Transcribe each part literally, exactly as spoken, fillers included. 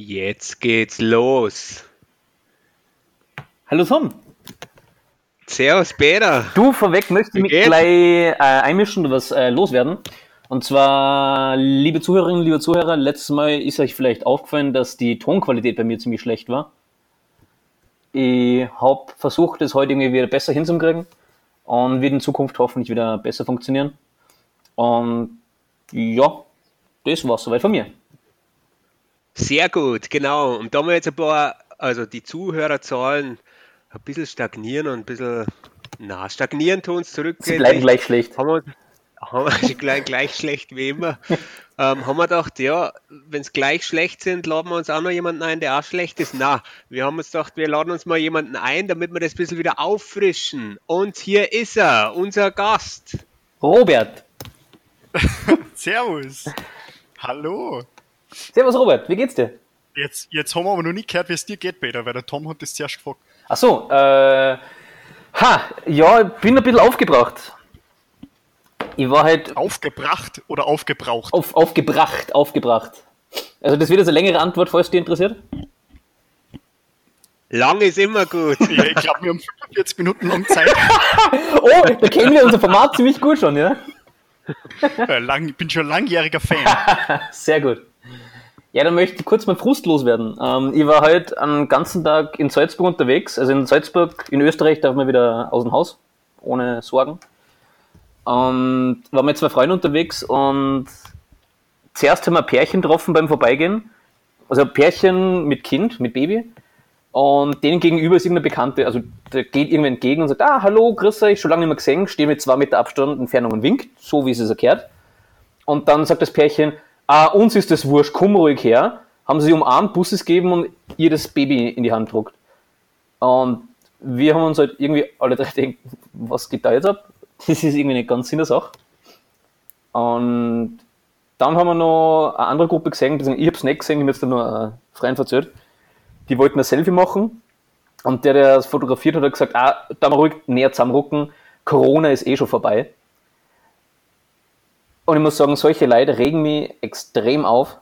Jetzt geht's los. Hallo Tom. Servus Peter. Du, vorweg möchte ich mich geht's? gleich äh, einmischen und was äh, loswerden. Und zwar, liebe Zuhörerinnen, liebe Zuhörer, letztes Mal ist euch vielleicht aufgefallen, dass die Tonqualität bei mir ziemlich schlecht war. Ich habe versucht, es heute irgendwie wieder besser hinzukriegen und wird in Zukunft hoffentlich wieder besser funktionieren. Und ja, das war's soweit von mir. Sehr gut, genau. Und da wir jetzt ein paar, also die Zuhörerzahlen ein bisschen stagnieren und ein bisschen, na, stagnieren tun es zurück. Sie bleiben gleich schlecht. Haben wir, haben wir gleich, gleich schlecht wie immer. Ähm, haben wir gedacht, ja, wenn es gleich schlecht sind, laden wir uns auch noch jemanden ein, der auch schlecht ist. Na, wir haben uns gedacht, wir laden uns mal jemanden ein, damit wir das ein bisschen wieder auffrischen. Und hier ist er, unser Gast. Robert. Servus. Hallo. Servus Robert, wie geht's dir? Jetzt, jetzt haben wir aber noch nicht gehört, wie es dir geht, Peter, weil der Tom hat das zuerst gefragt. Ach so, äh, ha, ja, ich bin ein bisschen aufgebracht. Ich war halt Aufgebracht oder aufgebraucht? auf, aufgebracht, aufgebracht. Also das wird jetzt eine längere Antwort, falls dich interessiert. Lang ist immer gut. Ja, ich glaube, wir haben fünfundvierzig Minuten lang Zeit. Oh, da kennen wir unser Format ziemlich gut schon, ja? Ja, lang, ich bin schon langjähriger Fan. Sehr gut. Ja, dann möchte ich kurz meinen Frust loswerden. Ähm, ich war halt einen ganzen Tag in Salzburg unterwegs. Also in Salzburg, in Österreich, darf man wieder aus dem Haus, ohne Sorgen. Und war mit zwei Freunden unterwegs und zuerst haben wir ein Pärchen getroffen beim Vorbeigehen. Also ein Pärchen mit Kind, mit Baby. Und denen gegenüber ist irgendeine Bekannte, also der geht irgendwer entgegen und sagt, ah, hallo, grüß euch, schon lange nicht mehr gesehen, stehe mit zwei Meter Abstand Entfernung und winkt, so wie es es erklärt. Und dann sagt das Pärchen, ah, uns ist das wurscht, komm ruhig her. Haben sie umarmt, Busses gegeben und ihr das Baby in die Hand gedruckt. Und wir haben uns halt irgendwie alle drei gedacht, was geht da jetzt ab? Das ist irgendwie nicht ganz Sinn der Sache. Und dann haben wir noch eine andere Gruppe gesehen, ich habe es nicht gesehen, ich habe jetzt da nur einen Freund erzählt. Die wollten ein Selfie machen und der, der es fotografiert hat, hat gesagt, ah, da mal ruhig näher zusammenrücken, Corona ist eh schon vorbei. Und ich muss sagen, solche Leute regen mich extrem auf,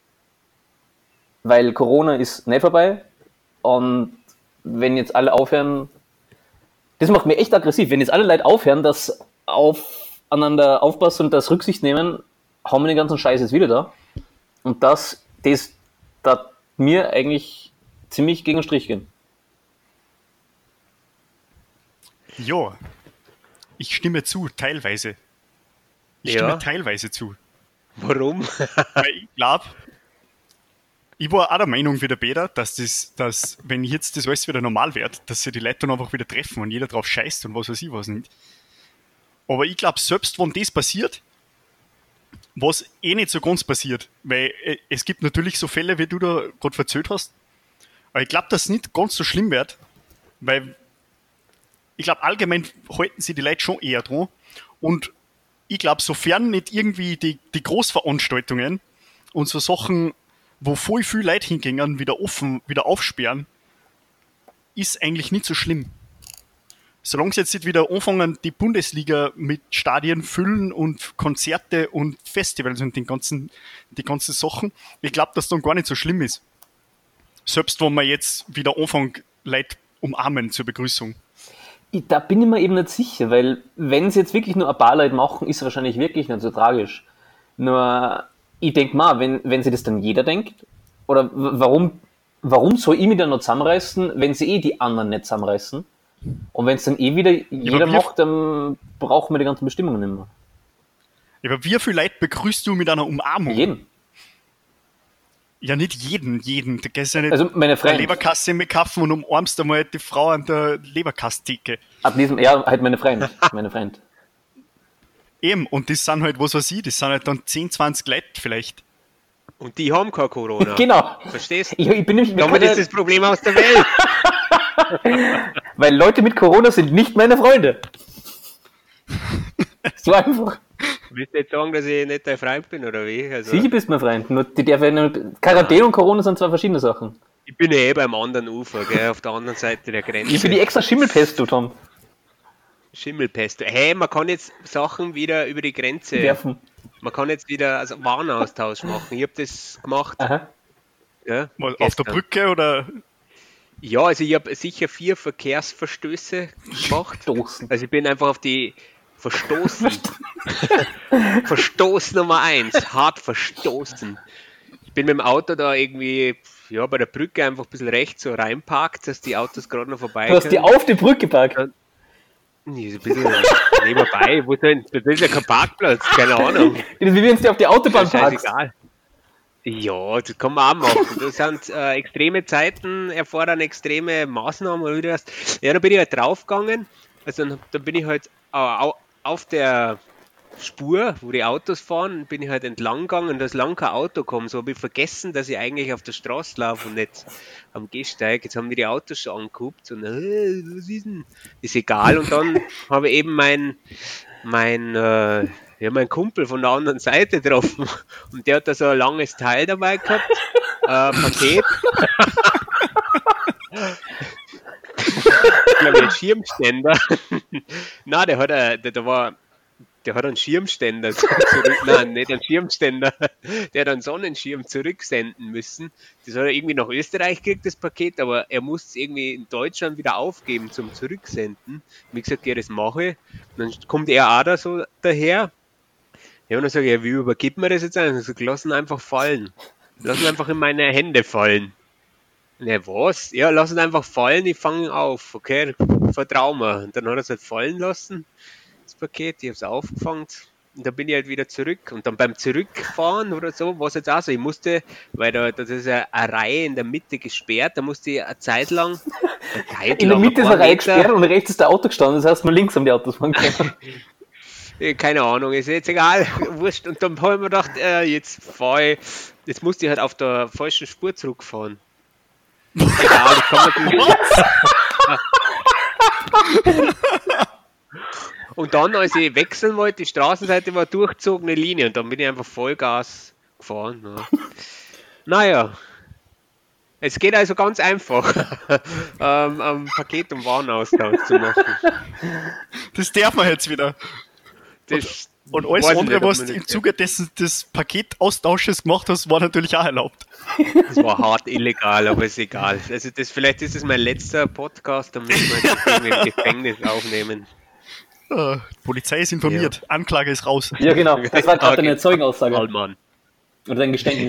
weil Corona ist nicht vorbei und wenn jetzt alle aufhören, das macht mich echt aggressiv, wenn jetzt alle Leute aufhören, das aufeinander aufpassen und das Rücksicht nehmen, haben wir den ganzen Scheiß jetzt wieder da. Und das, das, das mir eigentlich ziemlich gegen den Strich gehen. Ja, ich stimme zu, teilweise. Ich stimme Ja. teilweise zu. Warum? Weil ich glaube, ich war auch der Meinung wie der Peter, dass, das, dass wenn jetzt das alles wieder normal wird, dass sich die Leute dann einfach wieder treffen und jeder drauf scheißt und was weiß ich was nicht. Aber ich glaube, selbst wenn das passiert, was eh nicht so ganz passiert, weil äh, es gibt natürlich so Fälle, wie du da gerade erzählt hast, aber ich glaube, dass es nicht ganz so schlimm wird, weil ich glaube, allgemein halten sich die Leute schon eher dran und ich glaube, sofern nicht irgendwie die, die Großveranstaltungen und so Sachen, wo voll viel Leute hingehen, wieder offen, wieder aufsperren, ist eigentlich nicht so schlimm. Solange sie jetzt nicht wieder anfangen, die Bundesliga mit Stadien füllen und Konzerte und Festivals und den ganzen, die ganzen Sachen, ich glaube, dass dann gar nicht so schlimm ist. Selbst wenn man jetzt wieder anfängt, Leute umarmen zur Begrüßung. Ich, da bin ich mir eben nicht sicher, weil wenn sie jetzt wirklich nur ein paar Leute machen, ist es wahrscheinlich wirklich nicht so tragisch. Nur, ich denke mal, wenn, wenn sich das dann jeder denkt, oder w- warum, warum soll ich mich dann noch zusammenreißen, wenn sie eh die anderen nicht zusammenreißen? Und wenn es dann eh wieder jeder aber wir- macht, dann brauchen wir die ganzen Bestimmungen nicht mehr. Aber wie viele Leute begrüßt du mit einer Umarmung? Jeden. Ja, nicht jeden, jeden. Da gehst du ja nicht Also meine eine Freunde, Leberkasse mitkaufen und umarmst einmal die Frau an der Leberkasttheke. ab diesem, ja, halt meine Freunde, meine Freunde. Eben, und das sind halt, was weiß ich, das sind halt dann zehn, zwanzig Leute vielleicht. Und die haben kein Corona. Genau. Verstehst du? Ich, ich bin nämlich, Damit ist das Problem aus der Welt. weil Leute mit Corona sind nicht meine Freunde. So einfach. Willst du jetzt sagen, dass ich nicht dein Freund bin, oder wie? Also, Sicher bist du mein Freund. Nur die darf ja nicht, Quarantäne und Corona sind zwei verschiedene Sachen. ich bin ja eh beim anderen Ufer, gell, auf der anderen Seite der Grenze. Ich bin die extra Schimmelpest, du Tom. Schimmelpest. Hey, man kann jetzt Sachen wieder über die Grenze Werfen. Man kann jetzt wieder also Warenaustausch machen. Ich habe das gemacht. Aha. Ja, Mal auf der gestern. Brücke oder? Ja, also ich habe sicher vier Verkehrsverstöße gemacht. Stoßen. Also ich bin einfach auf die verstoßen. Verstoß Nummer eins, hart verstoßen. Ich bin mit dem Auto da irgendwie, ja, bei der Brücke einfach ein bisschen rechts so reinparkt, dass die Autos gerade noch vorbei Du hast die können. auf die Brücke gepackt. Ja. Nee, so ein bisschen nebenbei. Wo denn? Das ist ja kein Parkplatz, keine Ahnung. Das ist wie wenn du auf die Autobahn Ja, parkst. scheißegal. Ja, das kann man auch machen. Das sind äh, extreme Zeiten, erfordern extreme Maßnahmen. Oder wie das. Ja, da bin ich halt draufgegangen. Also dann, dann bin ich halt äh, au- auf der Spur, wo die Autos fahren, bin ich halt entlang gegangen und da ist lang kein Auto gekommen. So habe ich vergessen, dass ich eigentlich auf der Straße laufe und nicht am Gehsteig. Jetzt haben die die Autos schon angeguckt und äh, was ist denn? Ist egal. Und dann habe ich eben mein, mein, äh, ja, mein Kumpel von der anderen Seite getroffen und der hat da so ein langes Teil dabei gehabt, äh, Paket. Ich glaube, ein Schirmständer. Nein, der hat, ein, der, der war, der hat einen Schirmständer zurück, nein, nicht einen Schirmständer, der hat einen Sonnenschirm zurücksenden müssen. Das hat er irgendwie nach Österreich gekriegt, das Paket, aber er muss es irgendwie in Deutschland wieder aufgeben zum Zurücksenden. Wie gesagt, ja, das mache ich. Und dann kommt er auch da so daher. Ja, und dann sage ich, ja, wie übergibt man das jetzt ein? Also, lass ihn einfach fallen. Lass ihn einfach in meine Hände fallen. Ne, was? Ja, lass ihn einfach fallen, ich fange ihn auf, okay? Vertrau mir. Und dann hat er es halt fallen lassen, das Paket, ich habe es aufgefangen und dann bin ich halt wieder zurück. Und dann beim Zurückfahren oder so war es jetzt auch so, ich musste, weil da das ist ja eine Reihe in der Mitte gesperrt, da musste ich eine Zeit lang, eine Zeit In der lang, Mitte ist ein eine paar Reihe Meter- gesperrt und rechts ist der Auto gestanden. Das heißt, man links haben die Autos fahren können. Äh, keine Ahnung, ist jetzt egal, wurscht. Und dann habe ich mir gedacht, äh, jetzt fahre ich, jetzt musste ich halt auf der falschen Spur zurückfahren. Egal, das kann man Und dann, als ich wechseln wollte, die Straßenseite war durchzogene Linie und dann bin ich einfach Vollgas gefahren. Ja. Naja, es geht also ganz einfach, ähm, am Paket- und Warenaustausch zu machen. Das darf man jetzt wieder. Das Und alles weiß ich andere, nicht, ob was man du das im Zuge dessen des Paketaustausches gemacht hast, war natürlich auch erlaubt. Das war hart illegal, aber ist egal. Also das, vielleicht ist es mein letzter Podcast, dann müssen wir das irgendwie im Gefängnis aufnehmen. Äh, Polizei ist informiert, Anklage ist raus. Ja, genau. Das war gerade Okay. deine Zeugenaussage. Allmann. Oder dein Geständnis.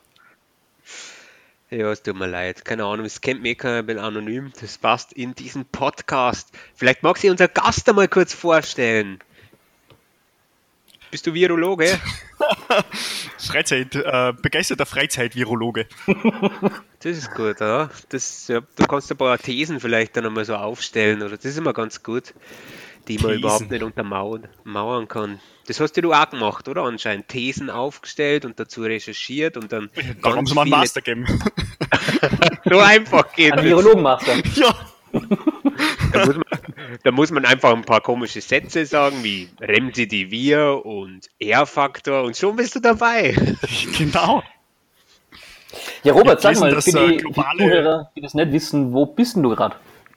Ja, es tut mir leid. Keine Ahnung, es kennt mich keiner, ich bin anonym. Das passt in diesen Podcast. Vielleicht mag sich unser Gast einmal kurz vorstellen. Bist du Virologe? Freizeit, äh, begeisterter Freizeitvirologe. Das ist gut, ja. Das, ja. Du kannst ein paar Thesen vielleicht dann einmal so aufstellen, oder? Das ist immer ganz gut, die man Thesen. überhaupt nicht untermauern mauern kann. Das hast du auch gemacht, oder? Anscheinend Thesen aufgestellt und dazu recherchiert und dann Da haben sie mal einen viele- Master gegeben. So einfach geht Ein es. Virologenmaster. Ja, Da muss, man, da muss man einfach ein paar komische Sätze sagen, wie Remdesivir und R-Faktor und schon bist du dabei. genau. Ja, Robert, Ich sag hab mal, gelesen, für dass, die, äh, die globale- Zuhörer, die das nicht wissen, wo bist denn du gerade?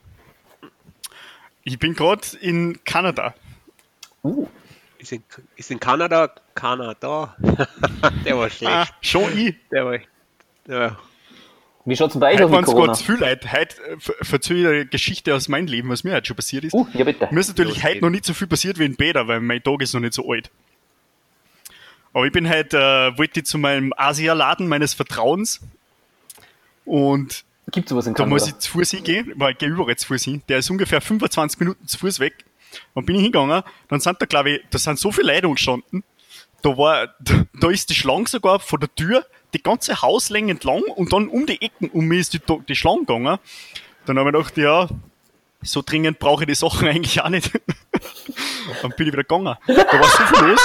Ich bin gerade in Kanada. Uh, Ist in, ist in Kanada, Kanada. Der war schlecht. Ah, schon ich. Der war, ja. wie schaut's denn bei euch Heute aus waren mit es Corona? gerade viel Leute. Heute äh, ver- verzähle ich eine Geschichte aus meinem Leben, was mir heute schon passiert ist. Uh, ja bitte. Mir ist natürlich Los heute geht's. noch nicht so viel passiert wie in Beda, weil mein Tag ist noch nicht so alt. Aber ich bin heute, äh, wollte ich zu meinem Asia-Laden meines Vertrauens und Gibt's sowas in da Kanada? muss ich zu Fuß hingehen, weil ich gehe überall zu Fuß hin. Der ist ungefähr fünfundzwanzig Minuten zu Fuß weg. Dann bin ich hingegangen, dann sind da, glaube ich, da sind so viele Leute gestanden. Da war, da, da ist die Schlange sogar von der Tür die ganze Hauslänge entlang und dann um die Ecken um mich ist die, die Schlange gegangen. Dann habe ich gedacht, ja, so dringend brauche ich die Sachen eigentlich auch nicht. Dann bin ich wieder gegangen. Da war so viel los.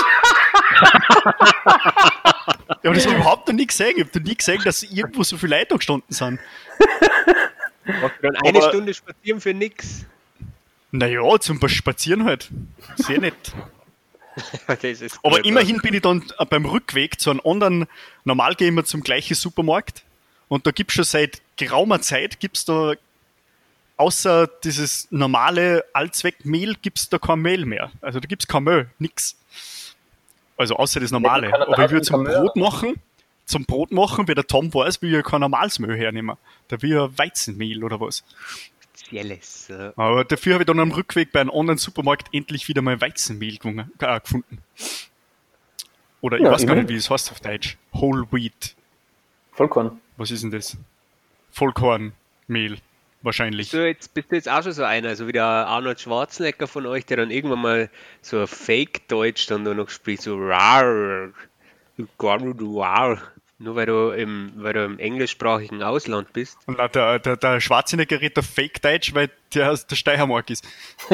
Ja, aber das habe ich überhaupt noch nie gesehen. Ich habe noch nie gesehen, dass irgendwo so viele Leute da gestanden sind. Warst du dann eine Aber- Stunde spazieren für nix? Naja, zum Spazieren halt. Sehr nett. Das ist Aber gut, immerhin bin ich dann beim Rückweg zu einem anderen, normal gehen wir zum gleichen Supermarkt und da gibt es schon seit geraumer Zeit, gibt es da außer dieses normale Allzweckmehl, gibt es da kein Mehl mehr. Also da gibt es kein Mehl, nix. Also außer das normale. Ja, man kann Aber ich da würde zum kein Mehl. Brot machen, zum Brot machen, wie der Tom weiß, will ich kein normales Mehl hernehmen. Da will ich Weizenmehl oder was. Spezielles. Ja. Aber dafür habe ich dann am Rückweg bei einem anderen Supermarkt endlich wieder mal Weizenmehl gewungen- äh, gefunden. Oder ich Ja, weiß gar immerhin. nicht, wie es heißt auf Deutsch. Whole Wheat. Vollkorn. Was ist denn das? Vollkornmehl. Wahrscheinlich. Bist du, jetzt, bist du jetzt auch schon so einer, also wie der Arnold Schwarzenegger von euch, der dann irgendwann mal so ein Fake-Deutsch dann nur noch spricht, so rar, du gar nicht, du rar. Nur weil du im, weil du im englischsprachigen Ausland bist. Und auch der, der, der Schwarzenegger redet auf Fake-Deutsch, weil der aus der Steiermark ist.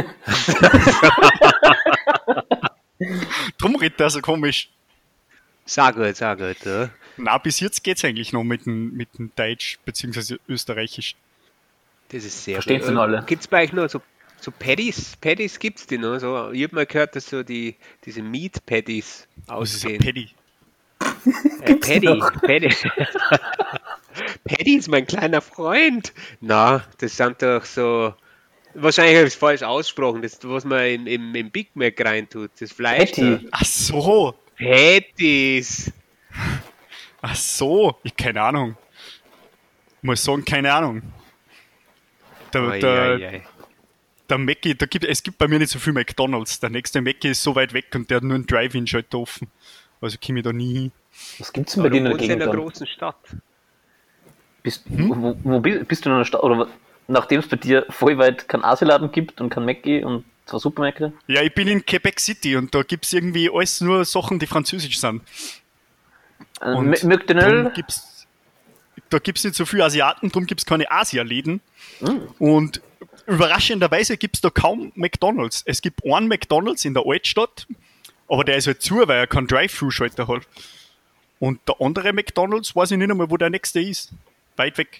Drum redet er so komisch. Sag gut, sag gut, ja. Na, bis jetzt geht's eigentlich noch mit dem, mit dem Deutsch bzw. Österreichisch. Das ist sehr Verstehen gut. Sie noch alle? Gibt es bei euch noch so, so Patties? Patties gibt es die noch? So, ich habe mal gehört, dass so die, diese Meat Patties Was ist ein aussehen. Paddy? Äh, Paddy, Paddy. Paddy ist mein kleiner Freund. Na, das sind doch so. Wahrscheinlich habe ich es falsch ausgesprochen. Das, was man im, im, im Big Mac reintut. Das Fleisch. Patty. da. Ach so. Patties. Ach so. Ich keine Ahnung. Ich muss sagen, keine Ahnung. Der, Ei, der, ei, ei. der Mackie, da gibt, es gibt bei mir nicht so viel McDonalds. Der nächste Mackie ist so weit weg und der hat nur einen Drive-In-Schalter offen. Also komme ich da nie hin. Was gibt's denn Aber bei dir du in der wohnst in Gegend einer dann? großen Stadt. Bist, wo, wo bi- bist du in einer Stadt? Oder nachdem es bei dir voll weit keinen Asialaden gibt und kein Mackie und zwei Supermärkte? Ja, ich bin in Quebec City und da gibt es irgendwie alles nur Sachen, die französisch sind. Äh, Und M- McDonald's? drum gibt's, da gibt es nicht so viele Asiaten, darum gibt es keine Asialäden. Mm. Und überraschenderweise gibt es da kaum McDonalds. Es gibt einen McDonalds in der Altstadt, aber der ist halt zu, weil er keinen Drive-Thru-Schalter hat. Und der andere McDonalds, weiß ich nicht einmal, wo der nächste ist. Weit weg.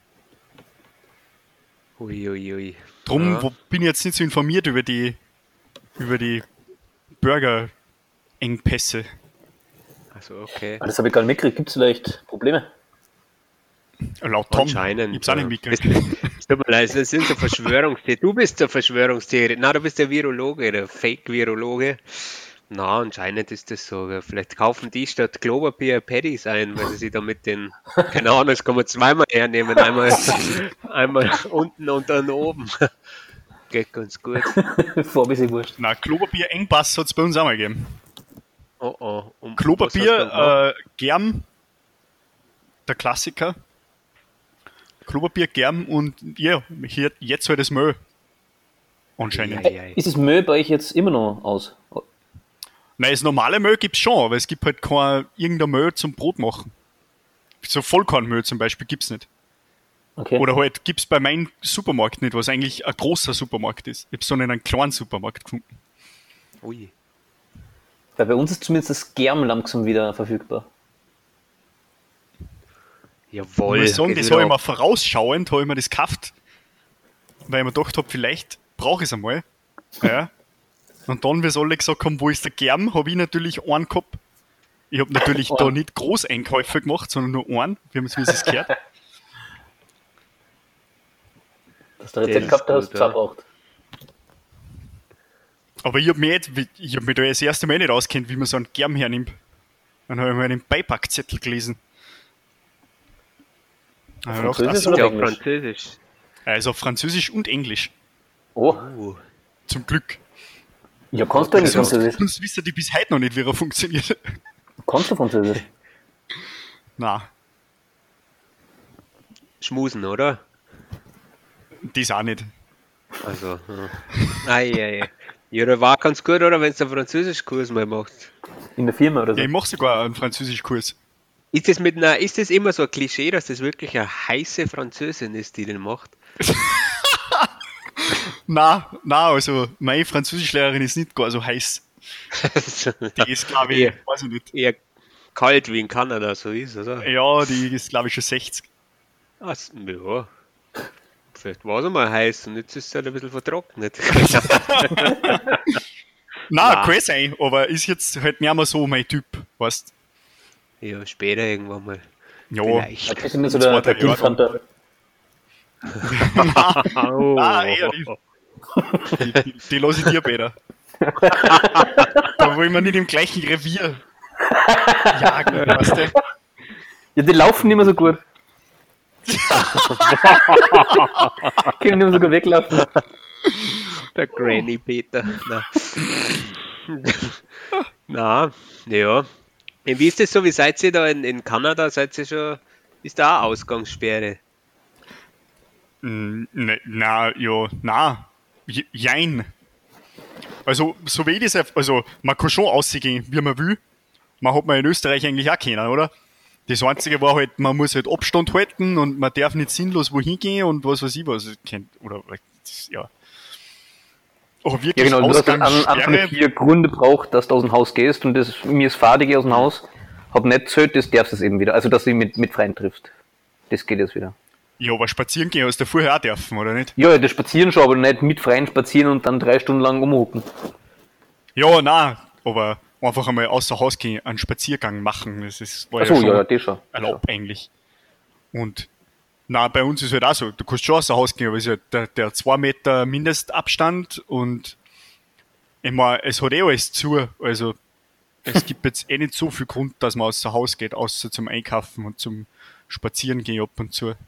Uiuiui. Ui, ui. Drum Ja. wo, bin ich jetzt nicht so informiert über die, über die Burger-Engpässe. Also, okay. Ah, das habe ich gar nicht mitgekriegt. Gibt es vielleicht Probleme? Laut Tom. Anscheinend. Ich hab's auch nicht ja. mitgekriegt. Es tut mir leid, das sind so Verschwörungstheorien. Du bist der Verschwörungstheorie. Na, du bist der Virologe, der Fake-Virologe. Na, anscheinend ist das so. Ja. Vielleicht kaufen die statt Klopapier Patties ein, weil sie sich damit den, keine Ahnung, das kann man zweimal hernehmen. Einmal, einmal unten und dann oben. Geht ganz gut. Vor ein bisschen wurscht. Na, Klopapier-Engpass hat es bei uns auch mal gegeben. Oh oh. Und was hast du Klopapier, gemacht? äh, Germ, der Klassiker. Klopapier, Germ und ja, hier, jetzt halt das Müll. Anscheinend. Ei, ei, ei. Ist das Müll bei euch jetzt immer noch aus? Nein, das normale Müll gibt es schon, aber es gibt halt kein irgendein Müll zum Brot machen. So Vollkornmüll zum Beispiel gibt es nicht. Okay. Oder halt gibt es bei meinem Supermarkt nicht, was eigentlich ein großer Supermarkt ist. Ich habe so einen kleinen Supermarkt gefunden. Ui. Weil bei uns ist zumindest das Germ langsam wieder verfügbar. Jawohl. Ich muss sagen, geht das wieder habe ich ab. mir vorausschauend, habe ich mir das gekauft, weil ich mir gedacht habe, vielleicht brauche ich es einmal. Ja. Und dann, wie es alle gesagt haben, wo ist der Germ, habe ich natürlich einen gehabt. Ich habe natürlich da Einen. nicht Großeinkäufe gemacht, sondern nur einen, wie man es es gehört. Dass du Das Rezept ist gehabt hast, gut, zwei ja. braucht. Aber ich habe mich, jetzt- ich hab mich da das erste Mal nicht auskennt, wie man so einen Germ hernimmt. Dann habe ich mal einen Beipackzettel gelesen. Dann habe ich gedacht, ach Französisch so, oder Ja, Englisch? Französisch. also auf Französisch und Englisch. Oh, Uh. Zum Glück. ja, kannst du eigentlich Sonst, Französisch? sonst wissen die bis heute noch nicht, wie er funktioniert. Kannst du Französisch? Na, Schmusen, oder? das auch nicht. Also, ja. Ei, ei, ei. Ja, der war ganz gut, oder? Wenn du einen Französischkurs mal machst. In der Firma oder so? Ja, ich mache sogar einen Französischkurs. Ist das, mit einer, ist das immer so ein Klischee, dass das wirklich eine heiße Französin ist, die den macht? Na, na, also meine Französischlehrerin ist nicht gar so heiß. Die ist, glaube ich, Ja. weiß ich nicht. Eher kalt wie in Kanada, so ist es, oder? Ja, die ist, glaube ich, schon sechzig. Ach, ja. Vielleicht war es mal heiß und jetzt ist es halt ein bisschen vertrocknet. Na, Na. kann sein, aber ist jetzt halt nicht mehr so mein Typ, weißt Ja, später irgendwann mal. Ja, Da Vielleicht. kriegst du nicht so Zwei, der, drei der Jahre. Gilfhunter. Oh. Ah, eher nicht. die, die, die lasse ich dir, Peter. Da wollen wir nicht im gleichen Revier jagen, weißt du? Ja, die laufen nicht mehr so gut. Können nicht mehr so gut weglaufen. Der Granny Peter. Na. Na, ja. Wie ist das so? Wie seid ihr da in, in Kanada? Seid ihr schon. Ist da auch Ausgangssperre? Mm, Ne, na, ja, na. Je- Jein. Also, so wie ich das, also, man kann schon ausgehen, wie man will. Man hat man in Österreich eigentlich auch kennen, oder? Das Einzige war halt, man muss halt Abstand halten und man darf nicht sinnlos wohin gehen und was weiß ich was. Kennt, oder, das, ja. Aber Ja, wirklich genau, du hast an, an von Ausgangssperre, vier Gründe braucht, dass du aus dem Haus gehst und das, mir ist fahrig, ich aus dem Haus, hab nicht zählt, das darfst du es eben wieder. Also, dass du mit, mit Freien triffst. Das geht jetzt wieder. ja, aber spazieren gehen hast du vorher auch dürfen, oder nicht? Ja, das Spazieren schon, aber nicht mit Freien spazieren und dann drei Stunden lang umhucken. Ja, nein, aber einfach einmal außer Haus gehen, einen Spaziergang machen, das ist, war Achso, ja schon ja, ja, das schon. erlaubt eigentlich. Und na, bei uns ist halt auch so, du kannst schon außer Haus gehen, aber es ist halt der, der zwei Meter Mindestabstand und ich mein, es hat eh alles zu, also es gibt jetzt eh nicht so viel Grund, dass man außer Haus geht, außer zum Einkaufen und zum Spazieren gehen ab und zu.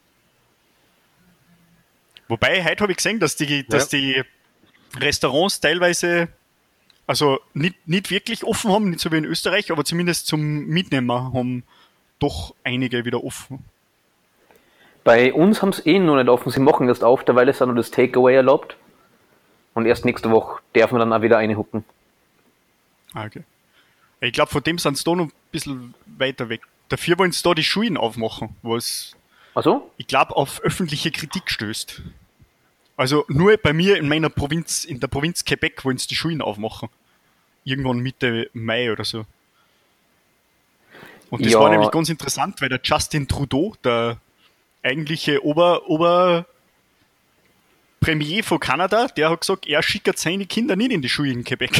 Wobei, heute habe ich gesehen, dass die, dass die Restaurants teilweise also nicht, nicht wirklich offen haben, nicht so wie in Österreich, aber zumindest zum Mitnehmen haben doch einige wieder offen. Bei uns haben sie eh noch nicht offen, sie machen erst auf, derweil ist auch noch das Takeaway erlaubt. Und erst nächste Woche dürfen wir dann auch wieder reinhucken. Ah, okay. Ich glaube, von dem sind sie da noch ein bisschen weiter weg. Dafür wollen sie da die Schulen aufmachen, was Achso? ich glaube auf öffentliche Kritik stößt. Also nur bei mir in meiner Provinz, in der Provinz Quebec, wollen sie die Schulen aufmachen. Irgendwann Mitte Mai oder so. Und das Ja. war nämlich ganz interessant, weil der Justin Trudeau, der eigentliche Ober, Ober Premier von Kanada, der hat gesagt, er schickt seine Kinder nicht in die Schule in Quebec.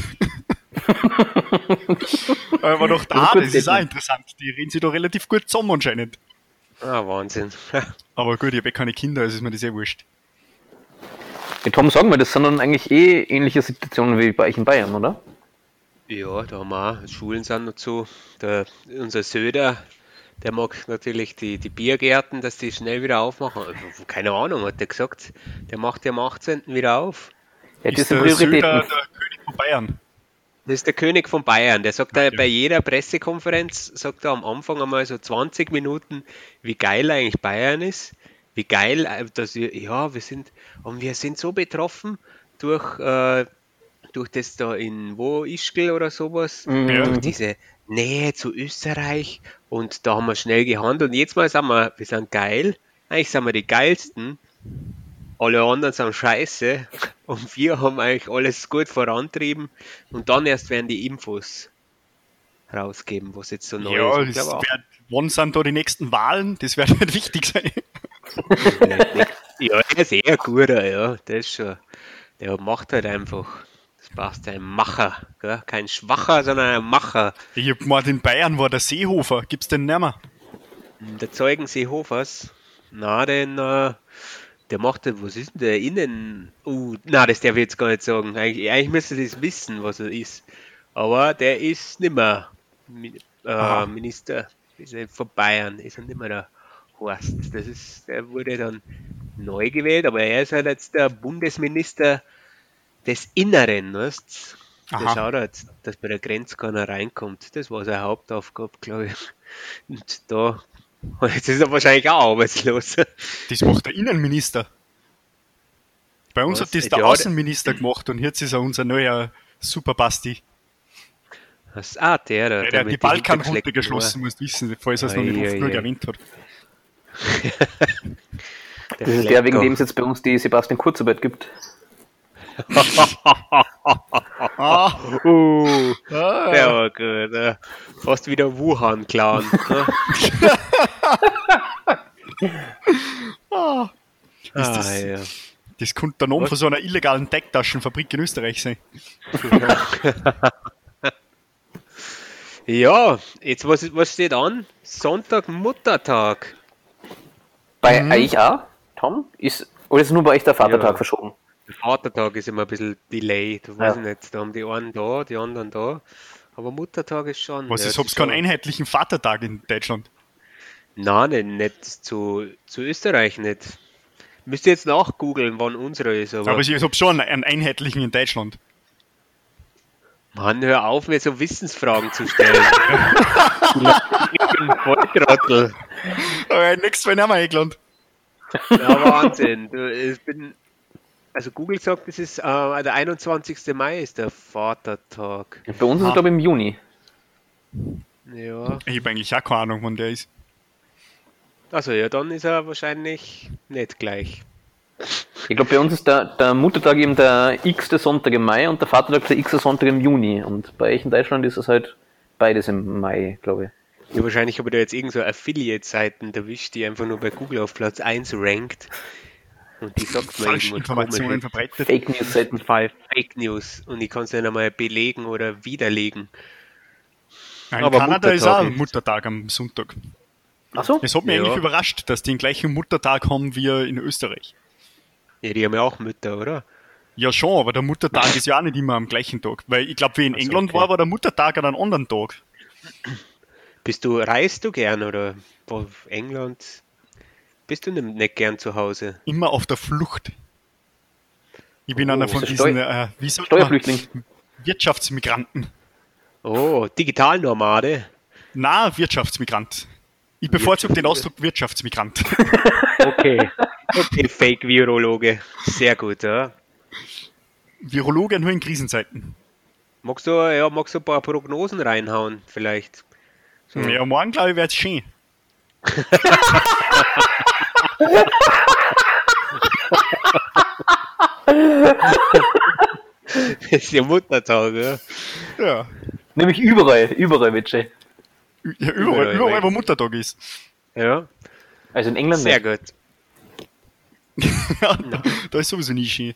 Aber doch da, gut, das ist auch bitte. interessant. Die reden sich da relativ gut zusammen anscheinend. Ah, Wahnsinn. Aber gut, ich habe eh keine Kinder, also ist mir das eh wurscht. Ja, Tom, sagen wir, das sind dann eigentlich eh ähnliche Situationen wie bei euch in Bayern, oder? Ja, da haben wir auch, Schulen sind noch zu. Der, unser Söder, der mag natürlich die, die Biergärten, dass die schnell wieder aufmachen. Also, keine Ahnung, hat er gesagt. Der macht ja am achtzehnten wieder auf. Ja, das Ist sind der Prioritäten. Söder der König von Bayern? Das ist der König von Bayern. Der sagt da Okay. bei jeder Pressekonferenz, sagt er am Anfang einmal so zwanzig Minuten, wie geil eigentlich Bayern ist. Wie geil, äh, dass wir, ja, wir sind, und wir sind so betroffen durch, äh, durch das da in, wo, Ischgl oder sowas, Ja. durch diese Nähe zu Österreich, und da haben wir schnell gehandelt, und jetzt mal sind wir, wir sind geil, eigentlich sind wir die geilsten, alle anderen sind scheiße, und wir haben eigentlich alles gut vorantrieben, und dann erst werden die Infos rausgeben, was jetzt so neu Ja, ist. Ich das glaube auch, wär, wann sind da die nächsten Wahlen? Das wird halt wichtig sein. ja, der ist eher guter, ja, der ist schon, der macht halt einfach, das passt, ein Macher, gell? Kein Schwacher, sondern ein Macher. Ich hab gemeint, in Bayern war der Seehofer. Gibt's den nicht mehr? Der Zeugen Seehofers, na, den, äh, der macht, den- was ist denn der Innen, uh, na, das darf ich jetzt gar nicht sagen, eigentlich, eigentlich müsste das wissen, was er ist, aber der ist nimmer Mi- äh, Aha. Minister, ist er von Bayern, ist er nimmer der Horst, das ist, der wurde dann neu gewählt, aber er ist halt jetzt der Bundesminister des Inneren, weißt? Der Aha. schaut halt, dass bei der Grenze keiner reinkommt. Das war seine Hauptaufgabe, glaube ich. Und da, und jetzt ist er wahrscheinlich auch arbeitslos. Das macht der Innenminister. Bei uns Was? hat das Ja, der der- Außenminister gemacht und jetzt ist er unser neuer Superbasti. Das, ah, der, der, Der, der hat die mit den Balkanroute hintergeschleckten geschlossen, musst du wissen, falls er es noch nicht Ei, oft ei, genug ei. erwähnt hat. Ohren. Das ist der, wegen dem es jetzt bei uns die Sebastian Kurzarbeit gibt. Ah, Uh, ah, der war gut. Ja. Fast wieder Wuhan-Clan. Ne? ah. Ist Ah, das, ja. das könnte der Name Was? von so einer illegalen Teigtaschenfabrik in Österreich sein. Ja, jetzt was, was steht an? Sonntag Muttertag. Bei Mhm. euch auch, Tom? Ist, oder ist nur bei euch der Vatertag Ja. verschoben? Der Vatertag ist immer ein bisschen delayed, da weiß Ja. ich nicht. Da haben die einen da, die anderen da. Aber Muttertag ist schon. Was ja, ist, das hab's keinen schon- einheitlichen Vatertag in Deutschland? Nein, nicht, nicht zu, zu Österreich nicht. Müsst ihr jetzt nachgoogeln, wann unsere ist, aber. Aber ich habe schon einen einheitlichen in Deutschland. Mann, hör auf, mir so Wissensfragen zu stellen. Ich bin ein Volltrottel. Aber nächstes Mal nehmen wir England. Ja, Wahnsinn. Du, ich bin, also Google sagt, das ist äh, der einundzwanzigste Mai ist der Vatertag. Ja, bei uns ist es, glaube ich, im Juni. Ja. Ich habe eigentlich auch keine Ahnung, wann der ist. Also ja, dann ist er wahrscheinlich nicht gleich. Ich glaube, bei uns ist der, der Muttertag eben der x-te Sonntag im Mai und der Vatertag der x-te Sonntag im Juni. Und bei euch in Deutschland ist es halt beides im Mai, glaube ich. Ja, wahrscheinlich habe ich da jetzt irgend so Affiliate-Seiten erwischt, die einfach nur bei Google auf Platz eins rankt. Und die sagt mir Falsche Informationen komische verbreitet. Fake News Seiten. Fake News. Und ich kann es nicht einmal belegen oder widerlegen. Nein, Aber in Kanada ist Muttertag auch ist- Muttertag am Sonntag. Achso? Es hat mich Ja. eigentlich überrascht, dass die den gleichen Muttertag haben wie in Österreich. Ja, die haben ja auch Mütter, oder? Ja schon, aber der Muttertag ist ja auch nicht immer am gleichen Tag. Weil ich glaube, wie in Ach so, England okay. war, war der Muttertag an einem anderen Tag. Bist du, reist du gern oder wo, England? Bist du nicht, nicht gern zu Hause? Immer auf der Flucht. Ich bin Oh, einer von ist diesen, der äh, wie sagt man, Steuerflüchtling. Wirtschaftsmigranten. Oh, Digitalnomade. Na, Wirtschaftsmigrant. Ich bevorzuge den Ausdruck Wirtschaftsmigrant. Okay. Okay, Fake-Virologe. Sehr gut, ja. Virologe nur in Krisenzeiten. Magst du, ja, magst du ein paar Prognosen reinhauen, vielleicht? So. Ja, morgen glaube ich, wird es schön. Das ist ja Muttertag, ja. Ja. Nämlich überall, überall wird schön. Ja, überall, Überall, überall, weil- wo Muttertag ist. Ja, Also in England sehr nicht. gut. Ja, da, da ist sowieso nie schön.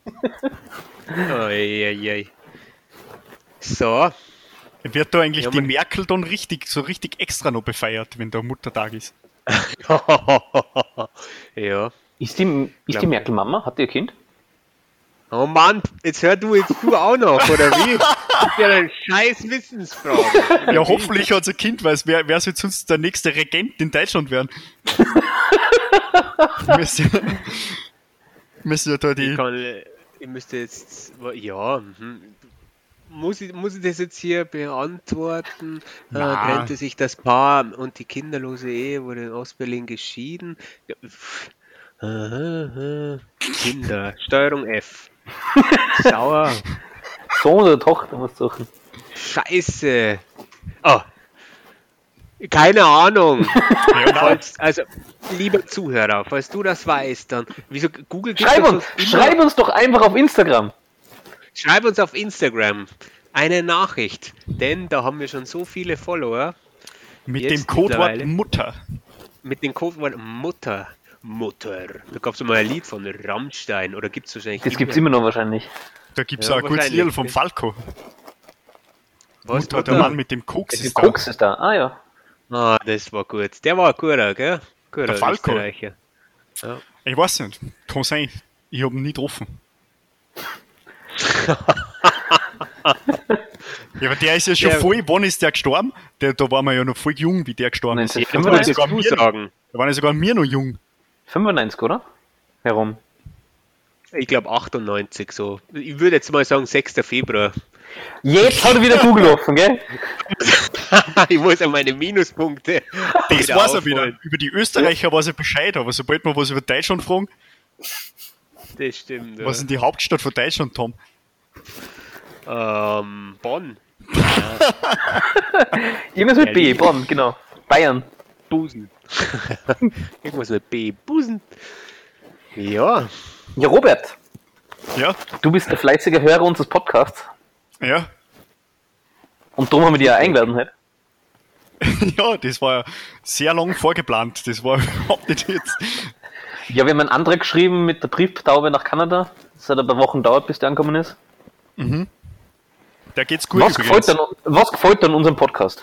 Eieiei. So, Wird da eigentlich Ja, die man- Merkel dann richtig, so richtig extra noch befeiert, wenn da Muttertag ist? ja. Ist die, ist die Glaub- Merkel Mama? Hat die ein Kind? Oh Mann, jetzt hör du jetzt du auch noch, oder wie? Das ist ja eine scheiß Wissensfrage. Ja, hoffentlich hat sie ein Kind, weil wer, wer soll sonst der nächste Regent in Deutschland werden? müsste, müsste ja da Ich, die. kann, äh, ich müsste jetzt, ja, mhm. muss ich, muss ich das jetzt hier beantworten? Äh, Na. trennte sich das Paar und die kinderlose Ehe wurde in Ostberlin geschieden? Ja, pff. Aha, aha. Kinder, Steuerung F. Sauer. Sohn oder Tochter muss suchen. Scheiße. Oh. Keine Ahnung. Ja, nein, Falls, also, lieber Zuhörer, falls du das weißt, dann. Wieso Google gibt Schreib das uns, sonst immer- schreib uns doch einfach auf Instagram. Schreib uns auf Instagram eine Nachricht, denn da haben wir schon so viele Follower mit jetzt dem Codewort mittlerweile. Mutter. mit dem Codewort Mutter. Mutter. Da gab es mal ein Lied von Rammstein oder gibt es wahrscheinlich Das gibt's immer noch wahrscheinlich. Da gibt es Ja, auch ein kurzes wahrscheinlich. Lied vom Falco. Was, Mutter, der Mann mit dem Koks Das ist ist da. Koks ist da. Ah ja. Ah, das war gut. Der war ein guter, gell? Guter Der Falco. Österreicher. Ja. Ich weiß nicht. Kann sein. Ich habe ihn nie getroffen. Ja, aber der ist ja schon Der- voll. Wann ist der gestorben? Der, da waren wir ja noch voll jung, wie der gestorben ist. neunzehnhundertfünfundneunzig. Da waren Das sogar würdest du wir, sagen. da waren ja sogar wir noch jung. fünfundneunzig, oder? Herum. Ich glaube achtundneunzig so. Ich würde jetzt mal sagen sechster Februar. Jetzt hat er wieder Google offen, gell? Ich muss ja meine Minuspunkte. Das wieder weiß er wieder. aufholen. Über die Österreicher weiß er Bescheid, aber sobald wir was über Deutschland fragen, Das stimmt. was ist denn die Hauptstadt von Deutschland, Tom? Ja. Ähm, Bonn. Irgendwas mit B, Berlin. Bonn, genau. Bayern. Busen. Irgendwas mit B. Busen. Ja. Ja, Robert, Ja, du bist der fleißige Hörer unseres Podcasts ja, und darum haben wir dich ja eingeladen heute. ja, das war ja sehr lang vorgeplant. Das war überhaupt nicht jetzt. Ja, wir haben einen Antrag geschrieben mit der Brieftaube nach Kanada. Das hat ein paar Wochen gedauert, bis der angekommen ist. Da geht's gut. Was übrigens. gefällt, dann, was gefällt dann unserem Podcast?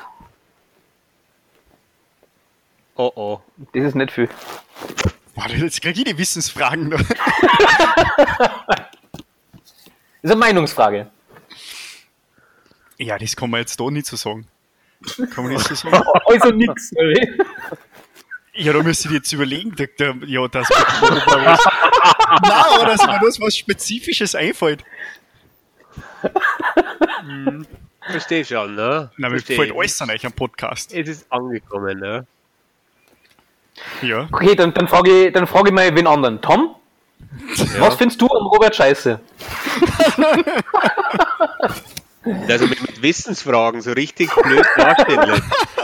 Oh oh. Das ist nicht viel. Boah, jetzt krieg ich die Wissensfragen. noch. Das ist eine Meinungsfrage. Ja, das kann man jetzt da nicht so sagen. Kann man nicht so sagen. Also nix. Ja, da müsst ihr jetzt überlegen, der, der, ja, dass Nein, oder dass mir das was Spezifisches einfällt. Hm, verstehe schon, ne? Na, mir Versteh. fällt alles an euch am Podcast. Es ist angekommen, ne? Ja. Okay, dann, dann frage ich, dann frage ich mal wen anderen. Tom, Ja. was findest du an Robert Scheiße? Also mit, mit Wissensfragen so richtig blöd darstellen.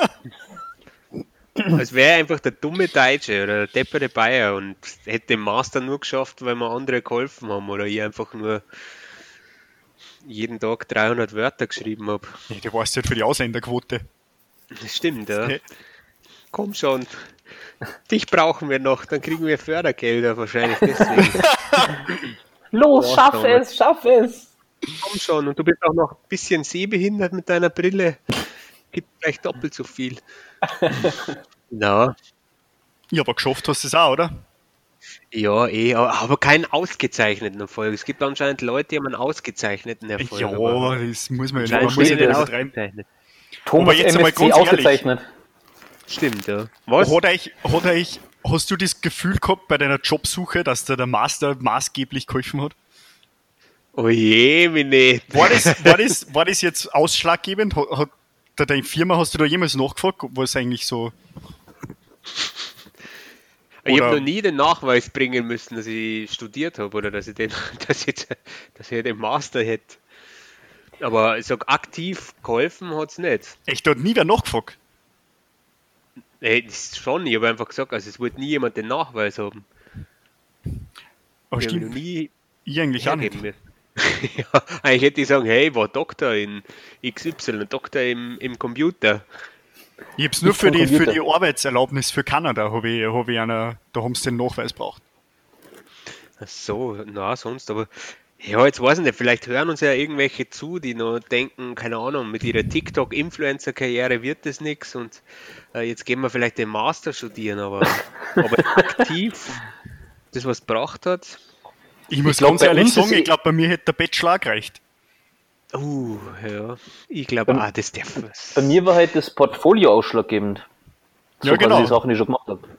Als wäre er einfach der dumme Deutsche oder der deppere Bayer und hätte den Master nur geschafft, weil wir andere geholfen haben oder ich einfach nur jeden Tag dreihundert Wörter geschrieben habe. Ja, du warst halt für die Ausländerquote. Das stimmt, ja. Okay. Komm schon. Dich brauchen wir noch, dann kriegen wir Fördergelder wahrscheinlich deswegen. Los, Ja, schaff Tom. es, schaff es! Komm schon, und du bist auch noch ein bisschen sehbehindert mit deiner Brille. Gibt gleich doppelt so viel. Ja, Ja, aber geschafft hast du es auch, oder? ja, eh, aber aber keinen ausgezeichneten Erfolg. Es gibt anscheinend Leute, die haben einen ausgezeichneten Erfolg. Ja, aber das muss man ja anscheinend man muss ja bin ich nicht nicht übertreiben. ausgezeichnet. Thomas jetzt einmal M S C ganz ehrlich. ausgezeichnet. Stimmt, ja. Was? Hat euch, hat euch, hast du das Gefühl gehabt bei deiner Jobsuche, dass dir der Master maßgeblich geholfen hat? Oh je, mir nicht. War das, war das, war das jetzt ausschlaggebend? Hat, hat da deine Firma, hast du da jemals nachgefragt, was eigentlich so... Ich Oder- habe noch nie den Nachweis bringen müssen, dass ich studiert habe oder dass ich den, dass ich, dass ich den Master hätte. Aber ich sag, aktiv geholfen hat es nicht. Echt, da hat nie wer nachgefragt. Ey, das ist schon, ich habe einfach gesagt, also es wollte nie jemand den Nachweis haben. Aber Ich habe noch stimmt, nie ich eigentlich auch nicht. hergeben müssen. Ja, eigentlich hätte ich sagen, hey, ich war Doktor in X Y, Doktor im, im Computer. Ich hab's nur Ich für vom die, für Computer. die Arbeitserlaubnis für Kanada, habe ich, hab ich einer, da haben sie den Nachweis braucht. Ach so, na sonst, aber ja, jetzt weiß ich nicht, vielleicht hören uns ja irgendwelche zu, die noch denken, keine Ahnung, mit ihrer TikTok-Influencer-Karriere wird das nichts und äh, jetzt gehen wir vielleicht den Master studieren, aber, aber aktiv das, was gebracht hat, Ich muss glaub, ganz bei ehrlich uns ist sagen, eh- ich glaube, bei mir hätte der Bachelor auch gereicht. uh, ja, ich glaube, Bei- ah, das darf was. Bei mir war halt das Portfolio ausschlaggebend. Ja, quasi genau. Die Sachen, die ich schon gemacht habe.